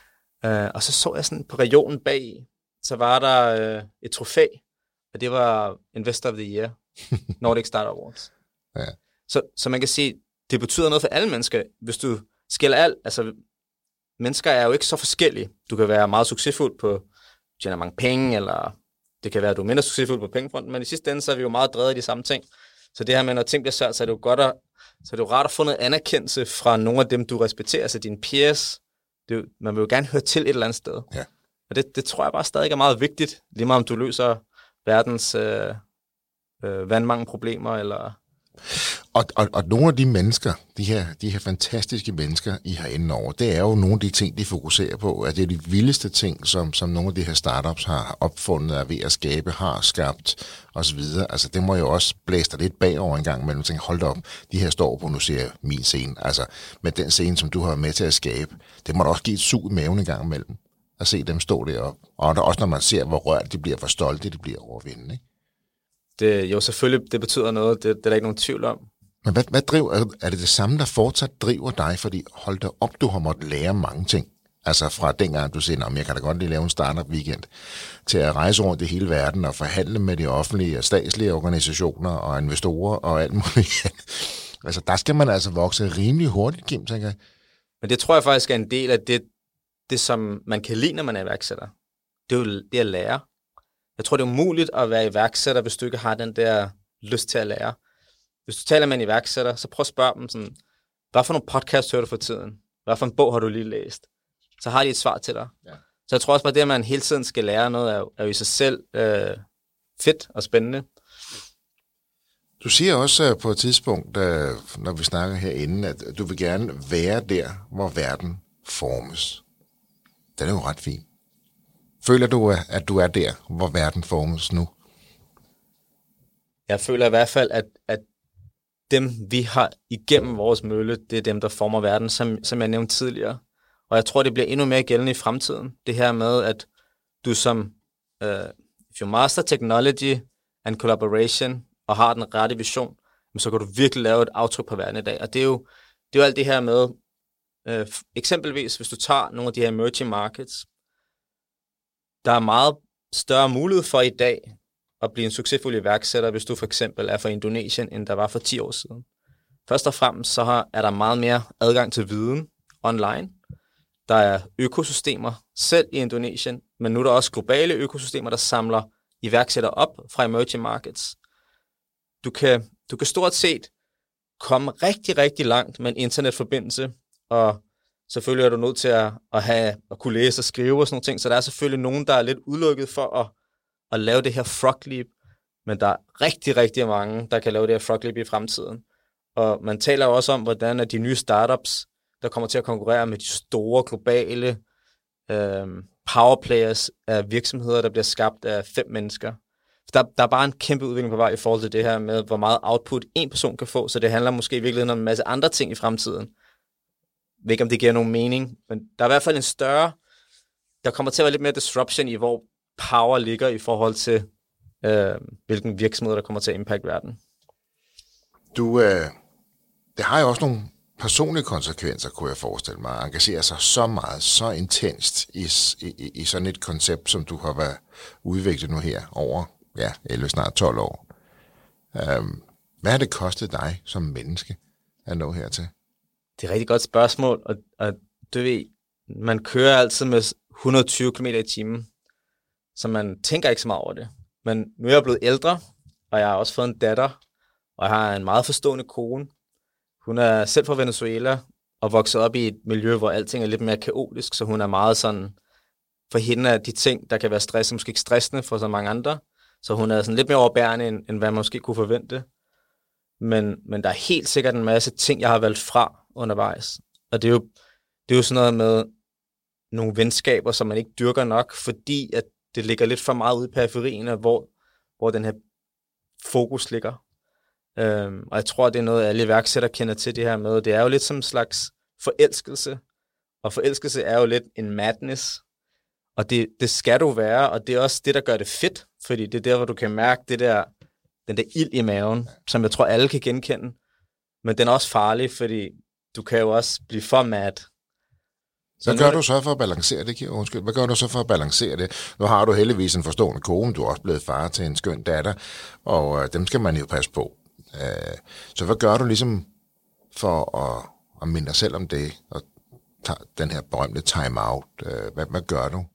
Speaker 2: Og så jeg sådan på regionen bag, så var der et trofæ, og det var Investor of the Year, Nordic Startup Awards.
Speaker 1: Ja.
Speaker 2: Så man kan sige, det betyder noget for alle mennesker. Hvis du skiller alt, altså mennesker er jo ikke så forskellige. Du kan være meget succesfuld på tjener mange penge, eller det kan være, at du er mindre succesfuld på pengefronten, men i sidste ende, så er vi jo meget drevet i de samme ting. Så det her med, når ting bliver svært, så er det jo godt så er det jo rart at få noget anerkendelse fra nogle af dem, du respekterer, altså dine peers. Man vil jo gerne høre til et eller andet sted.
Speaker 1: Ja.
Speaker 2: Og det tror jeg bare stadig er meget vigtigt, lige meget om du løser verdens vandmangelproblemer, eller...
Speaker 1: Og nogle af de mennesker, de her fantastiske mennesker, I har inde over, det er jo nogle af de ting, de fokuserer på, at det er de vildeste ting, som nogle af de her startups har opfundet, er ved at skabe, har skabt osv. Altså det må jo også blæse dig lidt bagover en gang imellem, tænke, hold da op, de her står på, nu ser jeg min scene, altså med den scene, som du har med til at skabe, det må da også give et sug i maven en gang imellem, at se dem stå deroppe. Og også når man ser, hvor rørt de bliver, hvor stolte de bliver overvindende, ikke?
Speaker 2: Jo, selvfølgelig, det betyder noget, det er der ikke nogen tvivl om.
Speaker 1: Men hvad driver, er det samme, der fortsat driver dig? Fordi hold da op, du har måttet lære mange ting. Altså fra dengang, du siger, jeg kan da godt lige lave en startup-weekend, til at rejse rundt i hele verden og forhandle med de offentlige og statslige organisationer og investorer og alt muligt. Altså der skal man altså vokse rimelig hurtigt, Kim, tænker jeg.
Speaker 2: Men det tror jeg faktisk er en del af det som man kan lide, når man er iværksætter. Det er jo det at lære. Jeg tror, det er umuligt at være iværksætter, hvis du ikke har den der lyst til at lære. Hvis du taler med en iværksætter, så prøv at spørge dem sådan, hvad for nogle podcast hører du for tiden? Hvad for en bog har du lige læst? Så har de et svar til dig. Ja. Så jeg tror også bare, det at man hele tiden skal lære noget, er jo i sig selv fedt og spændende.
Speaker 1: Du siger også på et tidspunkt, når vi snakker herinde, at du vil gerne være der, hvor verden formes. Det er jo ret fint. Føler du, at du er der, hvor verden formes nu?
Speaker 2: Jeg føler i hvert fald, at dem, vi har igennem vores mølle, det er dem, der former verden, som jeg nævnte tidligere. Og jeg tror, det bliver endnu mere gældende i fremtiden. Det her med, at du som if you master technology and collaboration, og har den rette vision, så kan du virkelig lave et aftryk på verden i dag. Og det er jo alt det her med, eksempelvis, hvis du tager nogle af de her emerging markets, der er meget større mulighed for i dag at blive en succesfuld iværksætter, hvis du for eksempel er fra Indonesien, end der var for 10 år siden. Først og fremmest så er der meget mere adgang til viden online. Der er økosystemer selv i Indonesien, men nu er der også globale økosystemer, der samler iværksættere op fra emerging markets. Du kan stort set komme rigtig, rigtig langt med en internetforbindelse, og selvfølgelig er du nødt til at kunne læse og skrive og sådan nogle ting, så der er selvfølgelig nogen, der er lidt udelukket for at lave det her frog leap, men der er rigtig, rigtig mange, der kan lave det her frog leap i fremtiden. Og man taler jo også om, hvordan de nye startups, der kommer til at konkurrere med de store globale powerplayers af virksomheder, der bliver skabt af 5 mennesker. Der er bare en kæmpe udvikling på vej i forhold til det her med, hvor meget output en person kan få, så det handler måske i virkeligheden om en masse andre ting i fremtiden. Jeg ved ikke, om det giver nogen mening, men der er i hvert fald en større, der kommer til at være lidt mere disruption i, hvor power ligger i forhold til, hvilken virksomhed, der kommer til at impact verden.
Speaker 1: Det har jo også nogle personlige konsekvenser, kunne jeg forestille mig, at engagere sig så meget, så intenst i sådan et koncept, som du har været udviklet nu her over 11, snart 12 år. Hvad har det kostet dig som menneske at nå hertil?
Speaker 2: Det er et rigtig godt spørgsmål, og du ved, man kører altid med 120 km i timen, så man tænker ikke så meget over det. Men nu er jeg blevet ældre, og jeg har også fået en datter, og jeg har en meget forstående kone. Hun er selv fra Venezuela, og vokset op i et miljø, hvor alting er lidt mere kaotisk, så hun er meget sådan, for hende af de ting, der kan være stressende, måske ikke stressende for så mange andre, så hun er sådan lidt mere overbærende, end hvad man måske kunne forvente. Men der er helt sikkert en masse ting, jeg har valgt fra undervejs. Og det er jo sådan noget med nogle venskaber, som man ikke dyrker nok, fordi at det ligger lidt for meget ude i periferien, hvor den her fokus ligger. Og jeg tror, det er noget, alle iværksættere kender til det her med. Det er jo lidt som en slags forelskelse, og forelskelse er jo lidt en madness, og det skal du være, og det er også det, der gør det fedt, fordi det er der, hvor du kan mærke den der ild i maven, som jeg tror, alle kan genkende. Men den er også farlig, fordi du kan jo også blive for mad.
Speaker 1: Hvad gør du så for at balancere det, Kira? Undskyld. Hvad gør du så for at balancere det? Nu har du heldigvis en forstående kone, du er også blevet far til en skøn datter, og dem skal man jo passe på. Så hvad gør du ligesom for at minde dig selv om det, og den her berømte time-out? Hvad gør du?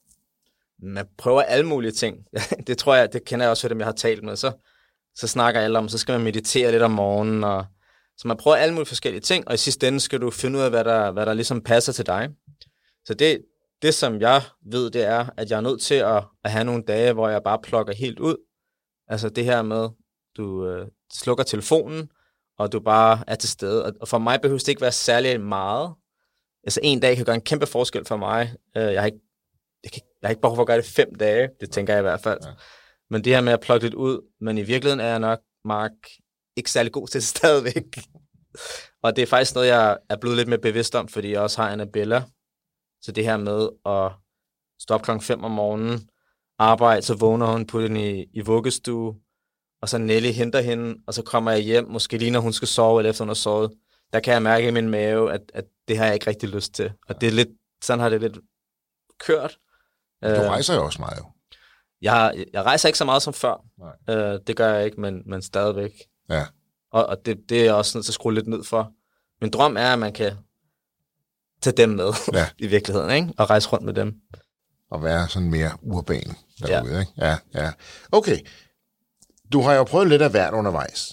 Speaker 2: Man prøver alle mulige ting. Det tror jeg, det kender jeg også for dem, jeg har talt med. Så snakker alle om, så skal man meditere lidt om morgenen, og så man prøver alle mulige forskellige ting, og i sidste ende skal du finde ud af, hvad der ligesom passer til dig. Så det, som jeg ved, det er, at jeg er nødt til at have nogle dage, hvor jeg bare plukker helt ud. Altså det her med, du slukker telefonen, og du bare er til stede. Og for mig behøver det ikke være særlig meget. Altså en dag kan gøre en kæmpe forskel for mig. Jeg har ikke behov for at gøre det 5 dage, det tænker jeg i hvert fald. Ja. Men det her med at plukke lidt ud, men i virkeligheden er jeg nok, Mark, ikke særlig god til det stadigvæk. Og det er faktisk noget, jeg er blevet lidt mere bevidst om, fordi jeg også har Annabella. Så det her med at stå op 5:00 om morgenen, arbejde, så vågner hun på den i vuggestue, og så Nelly henter hende, og så kommer jeg hjem, måske lige når hun skal sove, eller efter hun har sovet. Der kan jeg mærke i min mave, at det har jeg ikke rigtig lyst til. Og det er lidt, sådan har det lidt kørt.
Speaker 1: Du rejser jo også meget jo.
Speaker 2: Jeg rejser ikke så meget som før. Det gør jeg ikke, men stadigvæk.
Speaker 1: Ja.
Speaker 2: Og det er jeg også nødt til at skrue lidt ned for. Min drøm er, at man kan tage dem med i virkeligheden, ikke? Og rejse rundt med dem.
Speaker 1: Og være sådan mere urban derude, ikke? Ja. Okay. Du har jo prøvet lidt af hvert undervejs.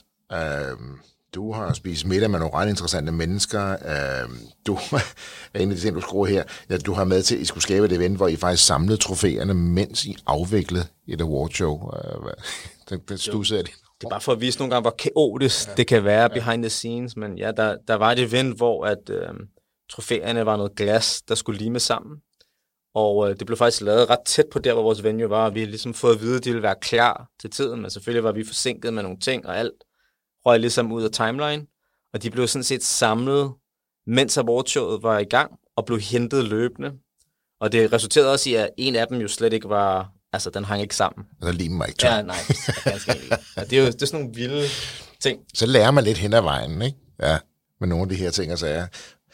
Speaker 1: Du har spist middag med nogle ret interessante mennesker. Du er en af de ting, du skruer her. Ja, du har med til, at I skulle skabe et event, hvor I faktisk samlede trofæerne, mens I afviklede et awardshow. Den stussede det.
Speaker 2: Det er bare for at vise nogle gange, hvor kaotisk det kan være behind the scenes. Men ja, der var et event, hvor at trofæerne var noget glas, der skulle lime sammen. Og det blev faktisk lavet ret tæt på der, hvor vores venue var. Vi havde ligesom fået at vide, at de ville være klar til tiden, men selvfølgelig var vi forsinket med nogle ting, og alt røg ligesom ud af timeline. Og de blev sådan set samlet, mens awardsshowet var i gang, og blev hentet løbende. Og det resulterede også i, at en af dem jo slet ikke var... Altså, den hang ikke sammen.
Speaker 1: Og der limer mig ikke tør.
Speaker 2: Ja, nej, ganske enkelt. Ja, det er sådan nogle vilde ting.
Speaker 1: Så lærer man lidt hen ad vejen, ikke? Ja, med nogle af de her ting og sager.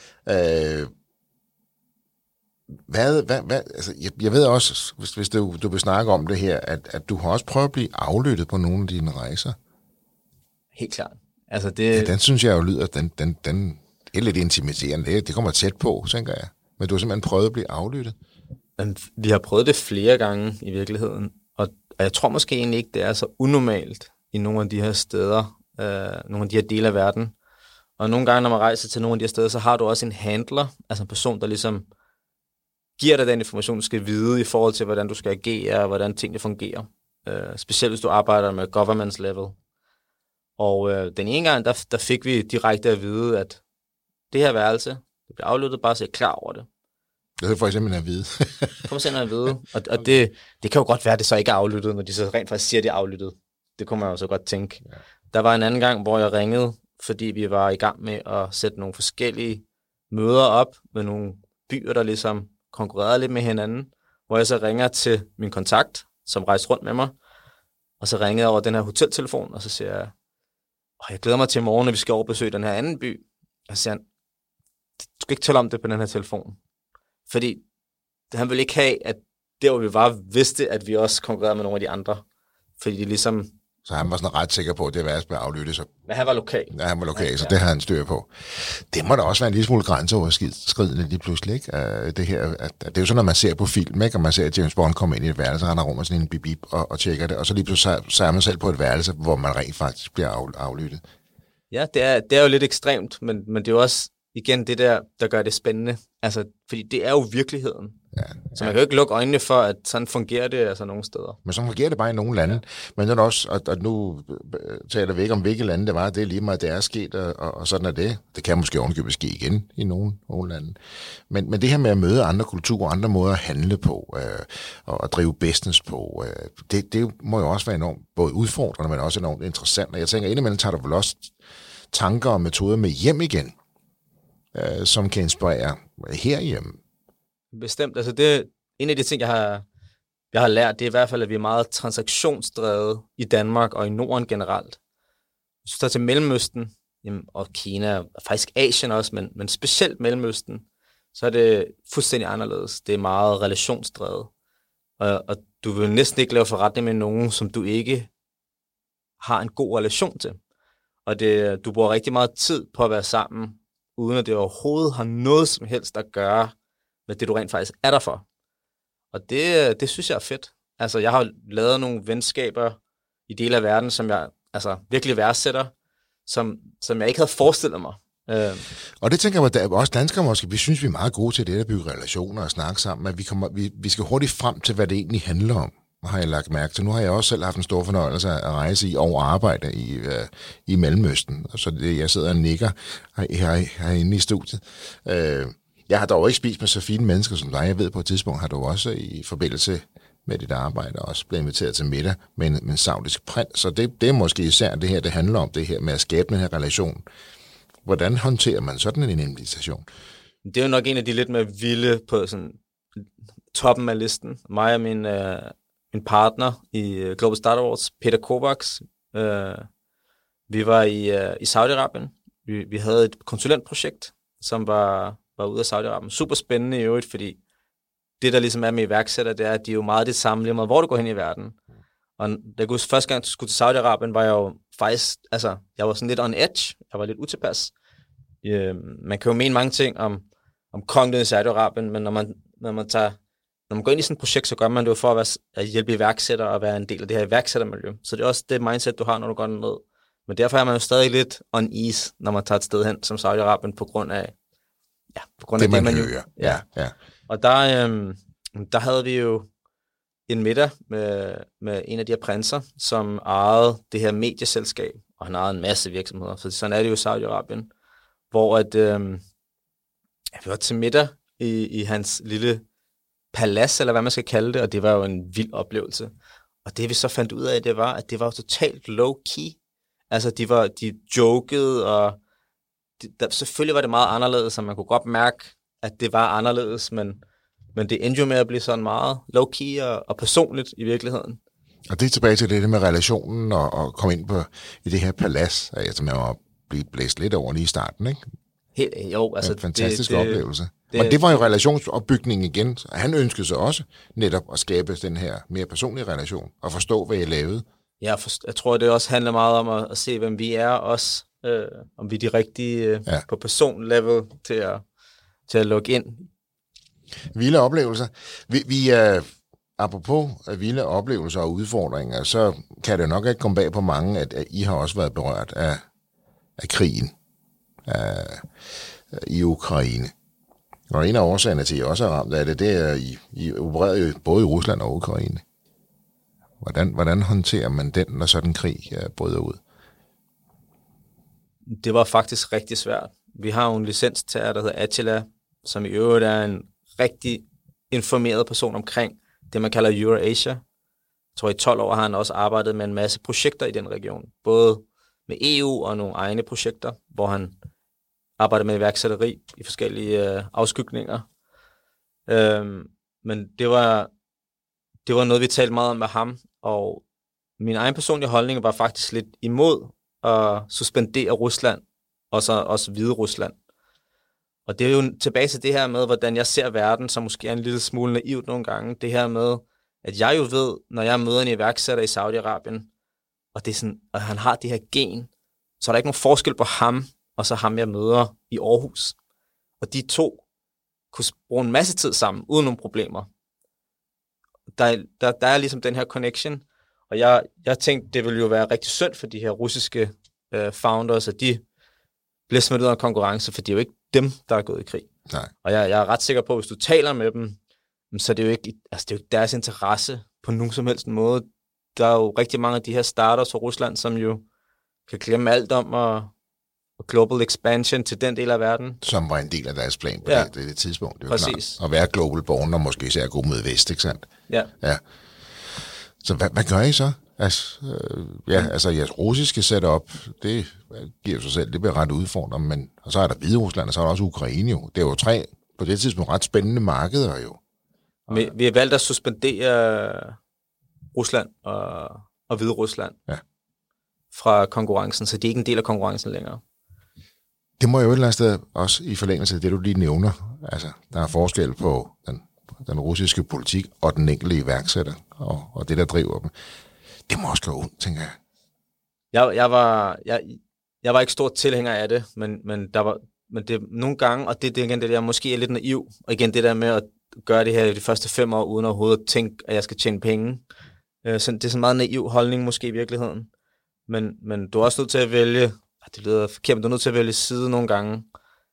Speaker 1: Altså, jeg ved også, hvis du vil snakke om det her, at du har også prøvet at blive aflyttet på nogle af dine rejser.
Speaker 2: Helt klart. Altså det...
Speaker 1: Ja, den synes jeg jo lyder, den er lidt intimiderende. Det kommer tæt på, tænker jeg. Men du har simpelthen prøvet at blive aflyttet.
Speaker 2: Vi har prøvet det flere gange i virkeligheden, og jeg tror måske egentlig ikke, det er så unormalt i nogle af de her steder, nogle af de her dele af verden. Og nogle gange, når man rejser til nogle af de her steder, så har du også en handler, altså en person, der ligesom giver dig den information, du skal vide i forhold til, hvordan du skal agere, og hvordan tingene fungerer. Specielt hvis du arbejder med governance level. Og den ene gang, der fik vi direkte at vide, at det her værelse, det bliver aflyttet, bare så jeg er klar over det.
Speaker 1: Det er for eksempel at vide.
Speaker 2: Kommer simpelthen at vide. Og det kan jo godt være, at det så ikke er aflyttet, når de så rent faktisk siger, at det er aflyttet. Det kunne man jo så godt tænke. Ja. Der var en anden gang, hvor jeg ringede, fordi vi var i gang med at sætte nogle forskellige møder op med nogle byer, der ligesom konkurrerede lidt med hinanden, hvor jeg så ringer til min kontakt, som rejste rundt med mig, og så ringede jeg over den her hoteltelefon, og så siger jeg, jeg glæder mig til i morgen, når vi skal overbesøge den her anden by. Og så siger han, du skal ikke tale om det på den her telefon. Fordi han ville ikke have, at der hvor vi var, vidste, at vi også konkurrerede med nogle af de andre. Fordi de ligesom
Speaker 1: Så han var sådan ret sikker på, at det værste blev aflyttet. Så...
Speaker 2: Men han var lokal.
Speaker 1: Ja, han var lokal, så det havde han styr på. Det må da også være en lille smule grænseoverskridende lige pludselig, ikke? Det her, at det er jo sådan, når man ser på film, ikke? Og man ser, at James Bond kommer ind i et værelse, og han har rum med sådan en bip og tjekker det, og så lige pludselig så er man selv på et værelse, hvor man rent faktisk bliver aflyttet.
Speaker 2: Ja, det er jo lidt ekstremt, men det er jo også igen det der gør det spændende. Altså, fordi det er jo virkeligheden.
Speaker 1: Ja.
Speaker 2: Så man kan jo ikke lukke øjnene for, at sådan fungerer det altså nogle steder.
Speaker 1: Men sådan fungerer det bare i nogle lande. Men det er også, og nu taler vi ikke om, hvilke lande det var. Det er lige meget, det er sket, og sådan er det. Det kan måske ovenikøbet ske igen i nogle lande. Men det her med at møde andre kulturer, andre måder at handle på, og drive business på, det må jo også være enormt både udfordrende, men også enormt interessant. Og jeg tænker, indimellem tager du vel også tanker og metoder med hjem igen, som kan inspirere herhjemme.
Speaker 2: Bestemt. Altså det en af de ting, jeg har lært, det er i hvert fald, at vi er meget transaktionsdrevet i Danmark og i Norden generelt. Hvis du tager til Mellemøsten, og Kina, og faktisk Asien også, men specielt Mellemøsten, så er det fuldstændig anderledes. Det er meget relationsdrevet. Og du vil næsten ikke lave forretning med nogen, som du ikke har en god relation til. Og du bruger rigtig meget tid på at være sammen, uden at det overhovedet har noget som helst at gøre med det, du rent faktisk er der for. Og det synes jeg er fedt. Altså, jeg har lavet nogle venskaber i dele af verden, som jeg altså virkelig værdsætter, som jeg ikke havde forestillet mig.
Speaker 1: Og det tænker jeg, at også danskere måske, vi synes, vi er meget gode til det at bygge relationer og snakke sammen, at vi skal hurtigt frem til, hvad det egentlig handler om, har jeg lagt mærke til. Nu har jeg også selv haft en stor fornøjelse at rejse i og arbejde i Mellemøsten, så jeg sidder og nikker herinde i studiet. Jeg har dog ikke spist med så fine mennesker som dig. Jeg ved, på et tidspunkt har du også i forbindelse med dit arbejde også blevet inviteret til middag med en saudisk prins. Så det er måske især det her, det handler om, det her med at skabe den her relation. Hvordan håndterer man sådan en invitation?
Speaker 2: Det er jo nok en af de lidt mere vilde på sådan toppen af listen. Mig og min partner i Global Start Awards, Peter Kovacs, vi var i Saudi-Arabien. Vi havde et konsulentprojekt, som var ude af Saudi-Arabien. Super spændende i øvrigt, fordi det, der ligesom er med iværksætter, det er, at de er jo meget det samme, lige meget hvor du går hen i verden. Og da jeg kunne første gang, jeg skulle til Saudi-Arabien, var jeg jo faktisk, altså, jeg var sådan lidt on edge. Jeg var lidt utilpas. Man kan jo mene mange ting om kongeriget i Saudi-Arabien, men når man går ind i sådan et projekt, så gør man det jo for at hjælpe iværksætter og være en del af det her iværksættermiljø. Så det er også det mindset, du har, når du går ned. Men derfor er man jo stadig lidt on ease, når man tager et sted hen som Saudi-Arabien, på grund af det, man hører. Ja. Og der havde vi jo en middag med en af de her prinser, som ejede det her medieselskab, og han ejede en masse virksomheder, for sådan er det jo i Saudi-Arabien, hvor vi var til middag i hans lille palads, eller hvad man skal kalde det, og det var jo en vild oplevelse. Og det vi så fandt ud af, det var, at det var jo totalt low-key. Altså, de jokede, og selvfølgelig var det meget anderledes, så man kunne godt mærke, at det var anderledes, men det endte jo med at blive sådan meget low-key og personligt i virkeligheden. Og
Speaker 1: det er tilbage til det med relationen og komme ind i det her palads, som jeg var blevet blæst lidt over lige i starten, ikke?
Speaker 2: Jo, altså...
Speaker 1: En fantastisk oplevelse. Men det var jo relationsopbygning igen. Han ønskede sig også netop at skabe den her mere personlige relation og forstå, hvad jeg lavede. Ja,
Speaker 2: jeg tror, det også handler meget om at se, hvem vi er også. Om vi er de rigtige på personlevel til at lukke ind.
Speaker 1: Vilde oplevelser. Vi apropos vilde oplevelser og udfordringer, så kan det nok ikke komme bag på mange, at I har også været berørt af krigen i Ukraine. Og en af årsagerne til, at I også er ramt af det er, at I opererer jo både i Rusland og Ukraine. Hvordan håndterer man den, når sådan en krig bryder ud?
Speaker 2: Det var faktisk rigtig svært. Vi har jo en licenstager, der hedder Attila, som i øvrigt er en rigtig informeret person omkring det, man kalder Eurasia. Jeg tror, i 12 år har han også arbejdet med en masse projekter i den region. Både med EU og nogle egne projekter, hvor han arbejder med iværksætteri i forskellige afskygninger. Men det var noget, vi talte meget om med ham, og min egen personlige holdning var faktisk lidt imod at suspendere Rusland, og så også Hvide Rusland. Og det er jo tilbage til det her med, hvordan jeg ser verden, som måske er en lille smule naivt nogle gange. Det her med, at jeg jo ved, når jeg møder en iværksætter i Saudi-Arabien, Og, det er sådan, og han har det her gen, så er der ikke nogen forskel på ham, og så ham, jeg møder i Aarhus. Og de to kunne bruge en masse tid sammen, uden nogen problemer. Der er ligesom den her connection, og jeg tænkte, det ville jo være rigtig synd for de her russiske founders, at de bliver smidt ud af konkurrence, for det er jo ikke dem, der er gået i krig.
Speaker 1: Nej.
Speaker 2: Og jeg er ret sikker på, at hvis du taler med dem, så det er jo ikke, altså det er jo ikke deres interesse på nogen som helst måde. Der er jo rigtig mange af de her startups fra Rusland, som jo kan glemme alt om og global expansion til den del af verden.
Speaker 1: Som var en del af deres plan på det tidspunkt. Det er
Speaker 2: præcis.
Speaker 1: Klart. At være global born, og måske især gå mod vest, ikke sandt?
Speaker 2: Ja.
Speaker 1: Så hvad gør I så? Altså jeres russiske setup, det giver sig selv, det bliver ret udfordrende, men og så er der Hviderusland, og så er der også Ukraine jo. Det er jo 3 på det tidspunkt ret spændende markeder jo.
Speaker 2: Vi har valgt at suspendere Rusland og Hviderusland fra konkurrencen, så det er ikke en del af konkurrencen længere. Det
Speaker 1: må jo et eller andet sted også i forlængelse af det, du lige nævner. Altså, der er forskel på den russiske politik og den enkelte iværksætter, og det, der driver dem. Det må også gå ondt, tænker jeg.
Speaker 2: Jeg var ikke stor tilhænger af det, men det nogle gange, og det er igen det der, måske er lidt naiv, og igen det der med at gøre det her i de første 5 år, uden overhovedet at tænke, at jeg skal tjene penge. Så det er sådan en meget naiv holdning måske i virkeligheden. Men du er også nødt til at vælge, det lyder forkert, men du er nødt til at vælge side nogle gange.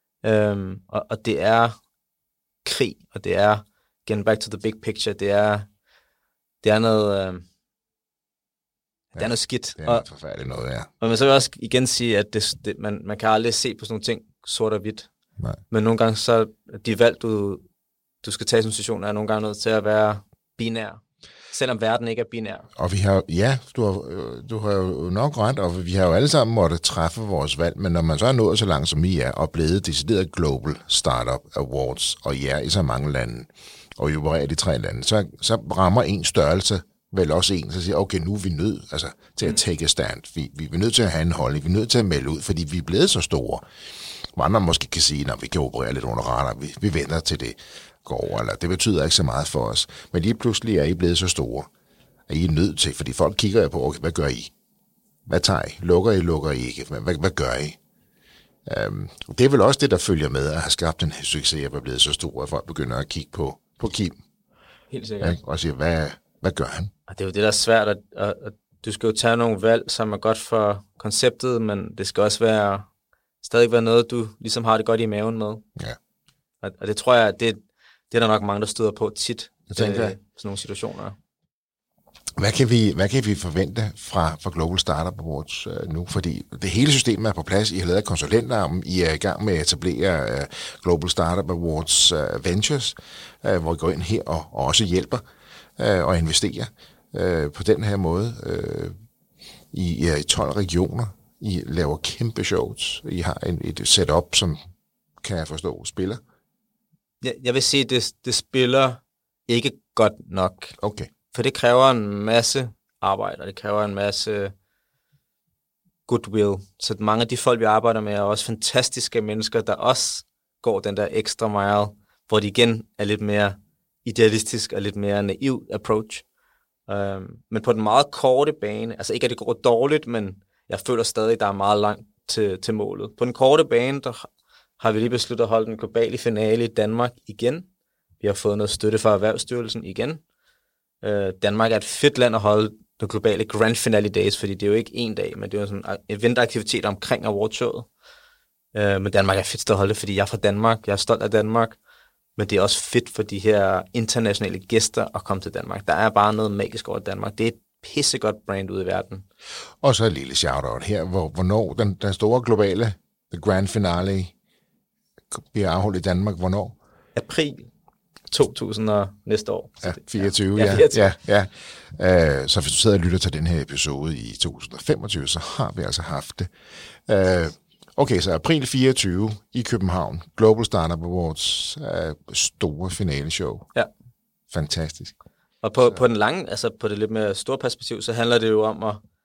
Speaker 2: Og det er krig, og det er, again back to the big picture, det er noget... Det er noget skidt.
Speaker 1: Det er noget forfærdeligt noget, ja.
Speaker 2: Og man så vil også igen sige, at man kan aldrig se på sådan nogle ting sort og hvidt.
Speaker 1: Nej.
Speaker 2: Men nogle gange så de valg, du skal tage som situation, er nogle gange nødt til at være binær. Selvom verden ikke er binær.
Speaker 1: Og vi har, du har jo nok ret, og vi har jo alle sammen måttet træffe vores valg, men når man så er nået så langt som I er, og blevet decideret Global Startup Awards, og I er i så mange lande, og I opererer i de 3 lande, så rammer en størrelse vel også en, så siger, okay, nu er vi nødt til at take a stand. Vi er nødt til at have en holdning, vi er nødt til at melde ud, fordi vi er blevet så store. Hvor andre måske kan sige, at vi kan operere lidt under radar, vi venter til det går over, eller det betyder ikke så meget for os. Men lige pludselig er I blevet så store, at I er nødt til, fordi folk kigger på, okay, hvad gør I? Hvad tager I? Lukker I ikke? Hvad gør I? Det er vel også det, der følger med at have skabt en succes, at være blevet så stor, at folk begynder at kigge på Kim.
Speaker 2: Helt sikkert.
Speaker 1: Og siger, hvad gør han?
Speaker 2: Og det er jo det, der er svært, at du skal jo tage nogle valg, som er godt for konceptet, men det skal også stadig være noget, du ligesom har det godt i maven med.
Speaker 1: Ja.
Speaker 2: Og det tror jeg, det er der nok mange, der støder på tit.
Speaker 1: Sådan
Speaker 2: nogle situationer.
Speaker 1: Hvad kan vi forvente fra Global Startup Awards nu? Fordi det hele system er på plads. I har lavet konsulenter, I er i gang med at etablere Global Startup Awards Ventures, hvor I går ind her og også hjælper og investerer på den her måde. I er i 12 regioner. I laver kæmpe shows. I har et setup, som kan jeg forstå spiller.
Speaker 2: Jeg vil sige, det spiller ikke godt nok.
Speaker 1: Okay.
Speaker 2: For det kræver en masse arbejde, og det kræver en masse goodwill. Så mange af de folk, vi arbejder med, er også fantastiske mennesker, der også går den der ekstra mile, hvor de igen er lidt mere idealistisk og lidt mere naiv approach. Men på den meget korte bane, altså ikke at det går dårligt, men jeg føler stadig, at der er meget langt til målet. På den korte bane, der har vi lige besluttet at holde den globale finale i Danmark igen. Vi har fået noget støtte fra Erhvervsstyrelsen igen. Danmark er et fedt land at holde den globale Grand Finale Days, fordi det er jo ikke en dag, men det er jo sådan eventaktivitet omkring awardshowet. Men Danmark er fedt at holde det, fordi jeg er fra Danmark, jeg er stolt af Danmark, men det er også fedt for de her internationale gæster at komme til Danmark. Der er bare noget magisk over Danmark. Det er et pissegodt brand ude i verden.
Speaker 1: Og så et lille shout-out her, hvornår den store globale The Grand Finale bliver afholdt i Danmark, hvornår?
Speaker 2: April 2000 og næste år.
Speaker 1: Ja, 24, ja. Så hvis du sidder og lytter til den her episode i 2025, så har vi altså haft det. Okay, så april 24 i København, Global Startup Awards, store finaleshow.
Speaker 2: Ja.
Speaker 1: Fantastisk.
Speaker 2: Og på den lange, altså på det lidt mere store perspektiv, så handler det jo om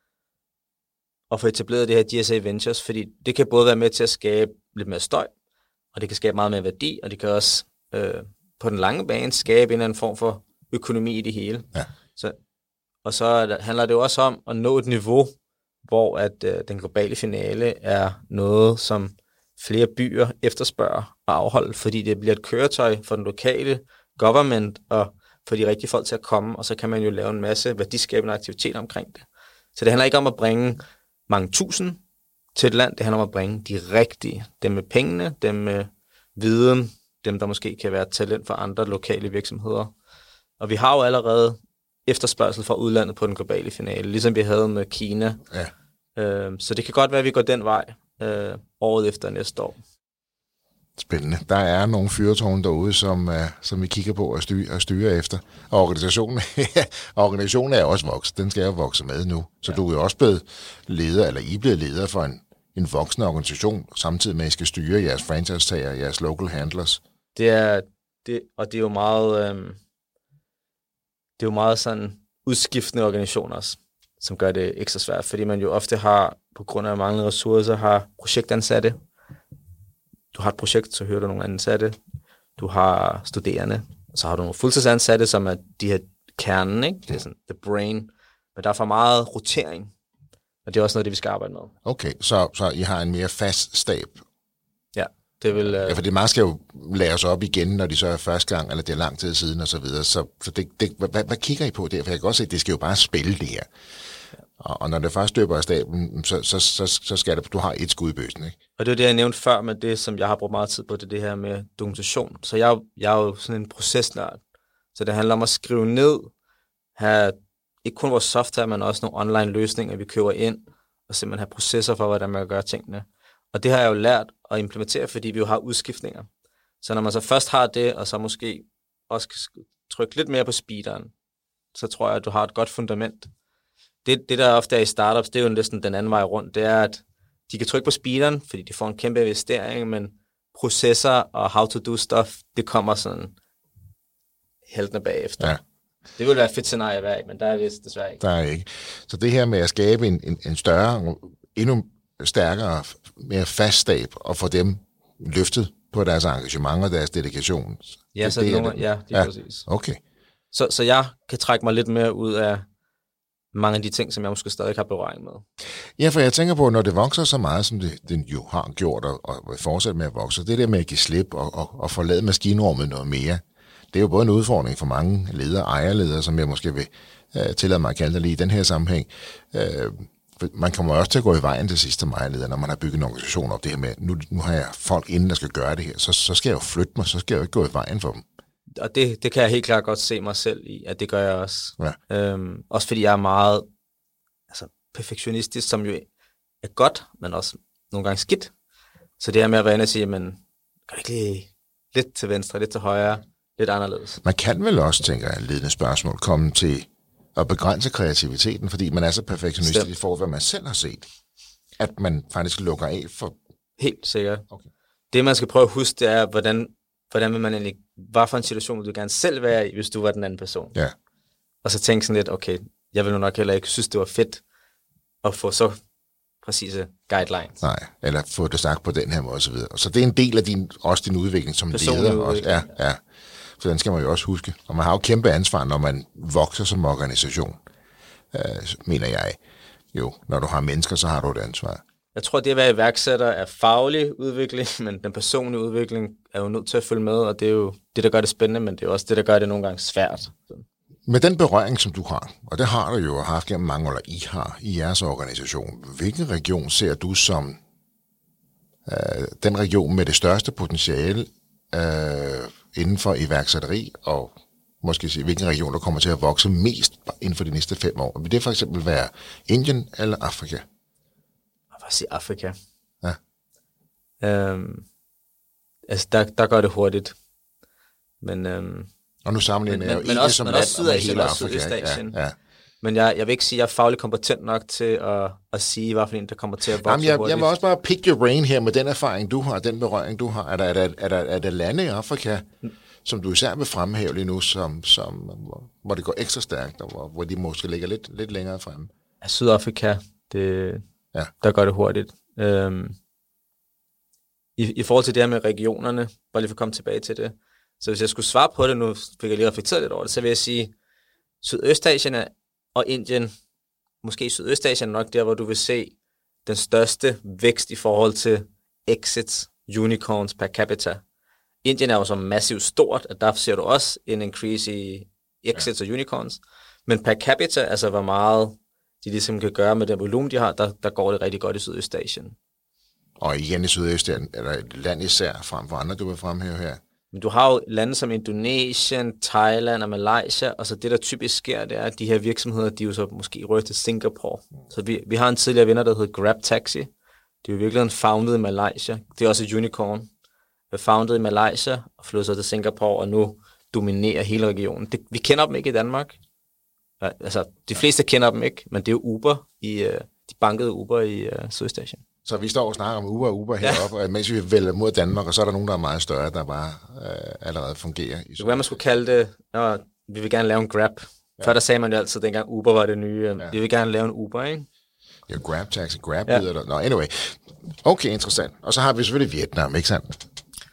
Speaker 2: at få etableret det her GSA Ventures, fordi det kan både være med til at skabe lidt mere støj, og det kan skabe meget mere værdi, og det kan også på den lange bane skabe en eller anden form for økonomi i det hele.
Speaker 1: Ja.
Speaker 2: Så handler det jo også om at nå et niveau, hvor at den globale finale er noget, som flere byer efterspørger og afholde, fordi det bliver et køretøj for den lokale government og for de rigtige folk til at komme, og så kan man jo lave en masse værdiskabende aktiviteter omkring det. Så det handler ikke om at bringe mange tusind til et land, det handler om at bringe de rigtige, dem med pengene, dem med viden, dem der måske kan være talent for andre lokale virksomheder. Og vi har jo allerede efterspørgsel fra udlandet på den globale finale, ligesom vi havde med Kina.
Speaker 1: Ja.
Speaker 2: Så det kan godt være, at vi går den vej året efter næste år.
Speaker 1: Spændende. Der er nogle fyrtårne derude, som vi kigger på og styrer efter. Og organisationen er også vokset. Den skal jo vokse med nu. Så du er jo også blevet leder, eller I er blevet leder for en voksende organisation, samtidig med, at I skal styre jeres franchise-tager, jeres local handlers.
Speaker 2: Det er jo meget sådan udskiftende organisationer også, som gør det ekstra svært, fordi man jo ofte har, på grund af manglende ressourcer, har projektansatte. Du har et projekt, så hører du nogle ansatte. Du har studerende, og så har du nogle fuldtidsansatte, som er de her kernen, ikke? Det er sådan the brain. Men der er for meget rotering, og det er også noget, det vi skal arbejde med. Okay,
Speaker 1: så I har en mere fast stab?
Speaker 2: Ja, det vil...
Speaker 1: Ja, for det meget skal jo læres op igen, når de så er første gang, eller det er lang tid siden, og så videre. Så hvad kigger I på der? For jeg kan godt se, at det skal jo bare spille det her. Og når det først løber af staben, så skal du har et skud i bøssen, ikke? Og
Speaker 2: det er det, jeg nævnte før med det, som jeg har brugt meget tid på, det her med dokumentation. Så jeg er jo sådan en procesnørd. Så det handler om at skrive ned, have ikke kun vores software, men også nogle online løsninger, vi køber ind, og simpelthen have processer for, hvordan man kan gøre tingene. Og det har jeg jo lært at implementere, fordi vi jo har udskiftninger. Så når man så først har det, og så måske også kan trykke lidt mere på speederen, så tror jeg, at du har et godt fundament. Det der ofte er i startups, det er jo næsten den anden vej rundt, det er, at de kan trykke på speederen, fordi de får en kæmpe investering, men processer og how to do stuff, det kommer sådan heltende bagefter. Ja. Det ville være et fedt scenarie at være i, men der er det desværre ikke.
Speaker 1: Der er ikke. Så det her med at skabe en større, endnu stærkere, mere fast stab, og få dem løftet på deres engagement og deres dedikation.
Speaker 2: Ja, så det er præcis.
Speaker 1: Okay.
Speaker 2: Så jeg kan trække mig lidt mere ud af mange af de ting, som jeg måske stadig har berøring med.
Speaker 1: Ja, for jeg tænker på, når det vokser så meget, som det jo har gjort, og vil fortsætte med at vokse, det der med at give slip og forlade maskinrummet noget mere, det er jo både en udfordring for mange ledere, ejerledere, som jeg måske vil tillade mig at kalde det lige i den her sammenhæng. Man kommer også til at gå i vejen til sidste ejerleder, når man har bygget en organisation op. Det her med, nu har jeg folk inden, der skal gøre det her, så skal jeg jo flytte mig, så skal jeg jo ikke gå i vejen for dem.
Speaker 2: Og det kan jeg helt klart godt se mig selv i, at det gør jeg også. Ja. Også fordi jeg er meget perfektionistisk, som jo er godt, men også nogle gange skidt. Så det her med at være inde og sige, men kan ikke lige lidt til venstre, lidt til højre, lidt anderledes.
Speaker 1: Man kan vel også, tænker jeg, ledende spørgsmål, komme til at begrænse kreativiteten, fordi man er så perfektionistisk i forhold, hvad man selv har set, at man faktisk lukker af for...
Speaker 2: Helt sikkert. Okay. Det, man skal prøve at huske, det er, hvordan vil man egentlig, hvad for en situation vil du gerne selv være i, hvis du var den anden person?
Speaker 1: Ja.
Speaker 2: Og så tænke sådan lidt, okay, jeg vil jo nok heller ikke synes, det var fedt at få så præcise guidelines.
Speaker 1: Nej, eller få det sagt på den her måde og så videre. Så det er en del af din udvikling som leder også. Ja. Så den skal man jo også huske. Og man har jo kæmpe ansvar, når man vokser som organisation, mener jeg. Jo, når du har mennesker, så har du et ansvar.
Speaker 2: Jeg tror, det at være iværksætter er faglig udvikling, men den personlige udvikling er jo nødt til at følge med, og det er jo det, der gør det spændende, men det er også det, der gør det nogle gange svært.
Speaker 1: Med den berøring, som du har, og det har du jo haft gennem mange år, eller I har i jeres organisation, hvilken region ser du som den region med det største potentiale inden for iværksætteri, og måske sige, hvilken region, der kommer til at vokse mest inden for de næste 5 år? Vil det for eksempel være Indien eller Afrika?
Speaker 2: Jeg vil sige Afrika.
Speaker 1: Ja.
Speaker 2: Der går det hurtigt. Men,
Speaker 1: og nu sammenligner jeg jo
Speaker 2: ikke som land med hele Afrika. Ja. Men jeg vil ikke sige, at jeg er fagligt kompetent nok til at sige, hvad for en, der kommer til at vokse hurtigt. Jeg
Speaker 1: vil også bare pick your brain her med den erfaring, du har, den berøring, du har. Er der lande i Afrika, som du især vil fremhæve lige nu, hvor det går ekstra stærkt, og hvor de måske ligger lidt længere fremme?
Speaker 2: Ja, Sydafrika, der går det hurtigt. I forhold til det her med regionerne, bare lige for at komme tilbage til det, så hvis jeg skulle svare på det, nu fik jeg lige reflekteret lidt over det, så vil jeg sige, Sydøstasien og Indien måske Sydøstasien nok der, hvor du vil se den største vækst i forhold til exits, unicorns per capita. Indien er jo så massivt stort, og der ser du også en increase i exits og unicorns. Men per capita, altså hvor meget de ligesom kan gøre med den volumen, de har, der går det rigtig godt i Sydøstasien.
Speaker 1: Og igen i Sydøstasien er der et land især frem for andre, du vil fremhæve her.
Speaker 2: Men du har jo lande som Indonesien, Thailand og Malaysia, og så det, der typisk sker, det er, at de her virksomheder, de er jo så måske rødt til Singapore. Så vi har en tidligere vinder, der hedder Grab Taxi. Det er jo virkelig founded i Malaysia. Det er også et unicorn. Founded i Malaysia og flyttede så til Singapore, og nu dominerer hele regionen. Vi kender dem ikke i Danmark. Altså, de fleste kender dem ikke, men det er jo Uber, de bankede Uber i Sydøstasien.
Speaker 1: Så vi står og snakker om Uber heroppe, og mens vi vælger mod Danmark, og så er der nogen, der er meget større, der bare allerede fungerer.
Speaker 2: Det kunne være, man skulle kalde det, vi vil gerne lave en Grab. Før der sagde man jo altid, dengang Uber var det nye, vi vil gerne lave en Uber, ikke?
Speaker 1: Ja, Grab Taxi, Grab hedder det. Nå, anyway. Okay, interessant. Og så har vi selvfølgelig Vietnam, ikke sandt?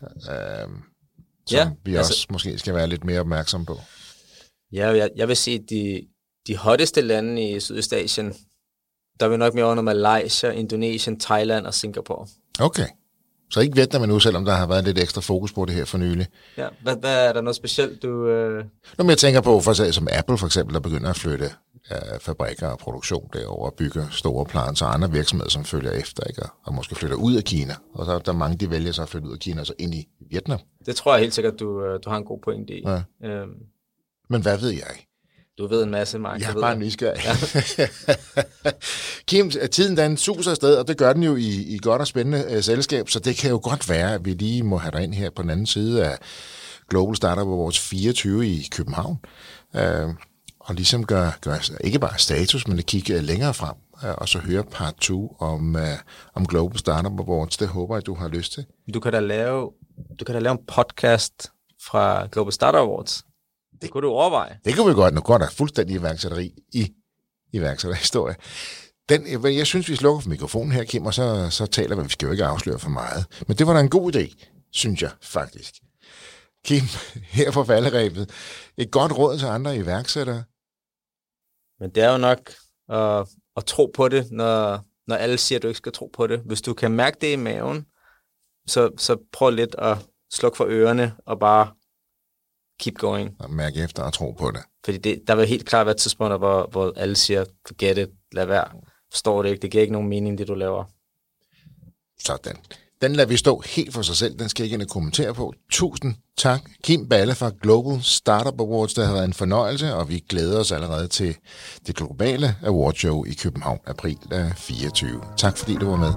Speaker 1: Som vi også måske skal være lidt mere opmærksomme på.
Speaker 2: Ja, jeg vil sige, de hotteste lande i Sydøstasien, der er vi nok mere under Malaysia, Indonesien, Thailand og Singapore.
Speaker 1: Okay. Så ikke Vietnam endnu, selvom der har været lidt ekstra fokus på det her for nylig.
Speaker 2: Ja, hvad er der noget specielt, du...
Speaker 1: Når jeg tænker på, for eksempel som Apple for eksempel, der begynder at flytte fabrikker og produktion derover og bygger store planer, så andre virksomheder, som følger efter, ikke? Og måske flytter ud af Kina. Og så er der mange, de vælger så at flytte ud af Kina og så ind i Vietnam.
Speaker 2: Det tror jeg helt sikkert, du har en god pointe i. Ja.
Speaker 1: Men hvad ved jeg?
Speaker 2: Du ved en masse, Mark.
Speaker 1: Jeg er bare nysgerrig. Ja. Kim, tiden den suser afsted, og det gør den jo i godt og spændende selskab, så det kan jo godt være, at vi lige må have dig ind her på den anden side af Global Startup Awards 24 i København, og ligesom gør ikke bare status, men at kigge længere frem, og så høre part 2 om Global Startup Awards. Det håber jeg, du har lyst til.
Speaker 2: Du kan da lave en podcast fra Global Startup Awards. Det kunne du overveje.
Speaker 1: Det kunne vi godt. Nu går der fuldstændig iværksætteri i iværksætterhistorie. Jeg synes, vi slukker for mikrofonen her, Kim, og så taler vi. Vi skal jo ikke afsløre for meget. Men det var da en god idé, synes jeg faktisk. Kim, her på falderebet. Et godt råd til andre iværksættere.
Speaker 2: Men det er jo nok at tro på det, når alle siger, at du ikke skal tro på det. Hvis du kan mærke det i maven, så prøv lidt at slukke for ørerne og bare keep going.
Speaker 1: Og mærke efter og tro på det.
Speaker 2: Fordi der vil helt klart være tidspunkter, hvor alle siger, forget it, lad være. Forstår det ikke, det giver ikke nogen mening, det du laver.
Speaker 1: Sådan. Den lader vi stå helt for sig selv, den skal jeg ikke ind og kommentere på. Tusind tak, Kim Balle fra Global Startup Awards. Det har været en fornøjelse, og vi glæder os allerede til det globale awardshow i København april 24. Tak fordi du var med.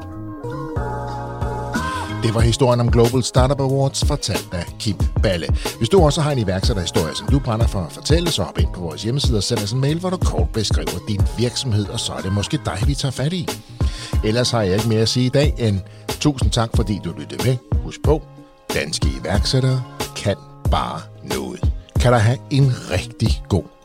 Speaker 1: Det var historien om Global Startup Awards, fortalt af Kim Balle. Hvis du også har en iværksætterhistorie, som du brænder for at fortælle, så hop ind på vores hjemmeside og send os en mail, hvor du kort beskriver din virksomhed, og så er det måske dig, vi tager fat i. Ellers har jeg ikke mere at sige i dag end tusind tak, fordi du lyttede med. Husk på, danske iværksættere kan bare noget. Kan der have en rigtig god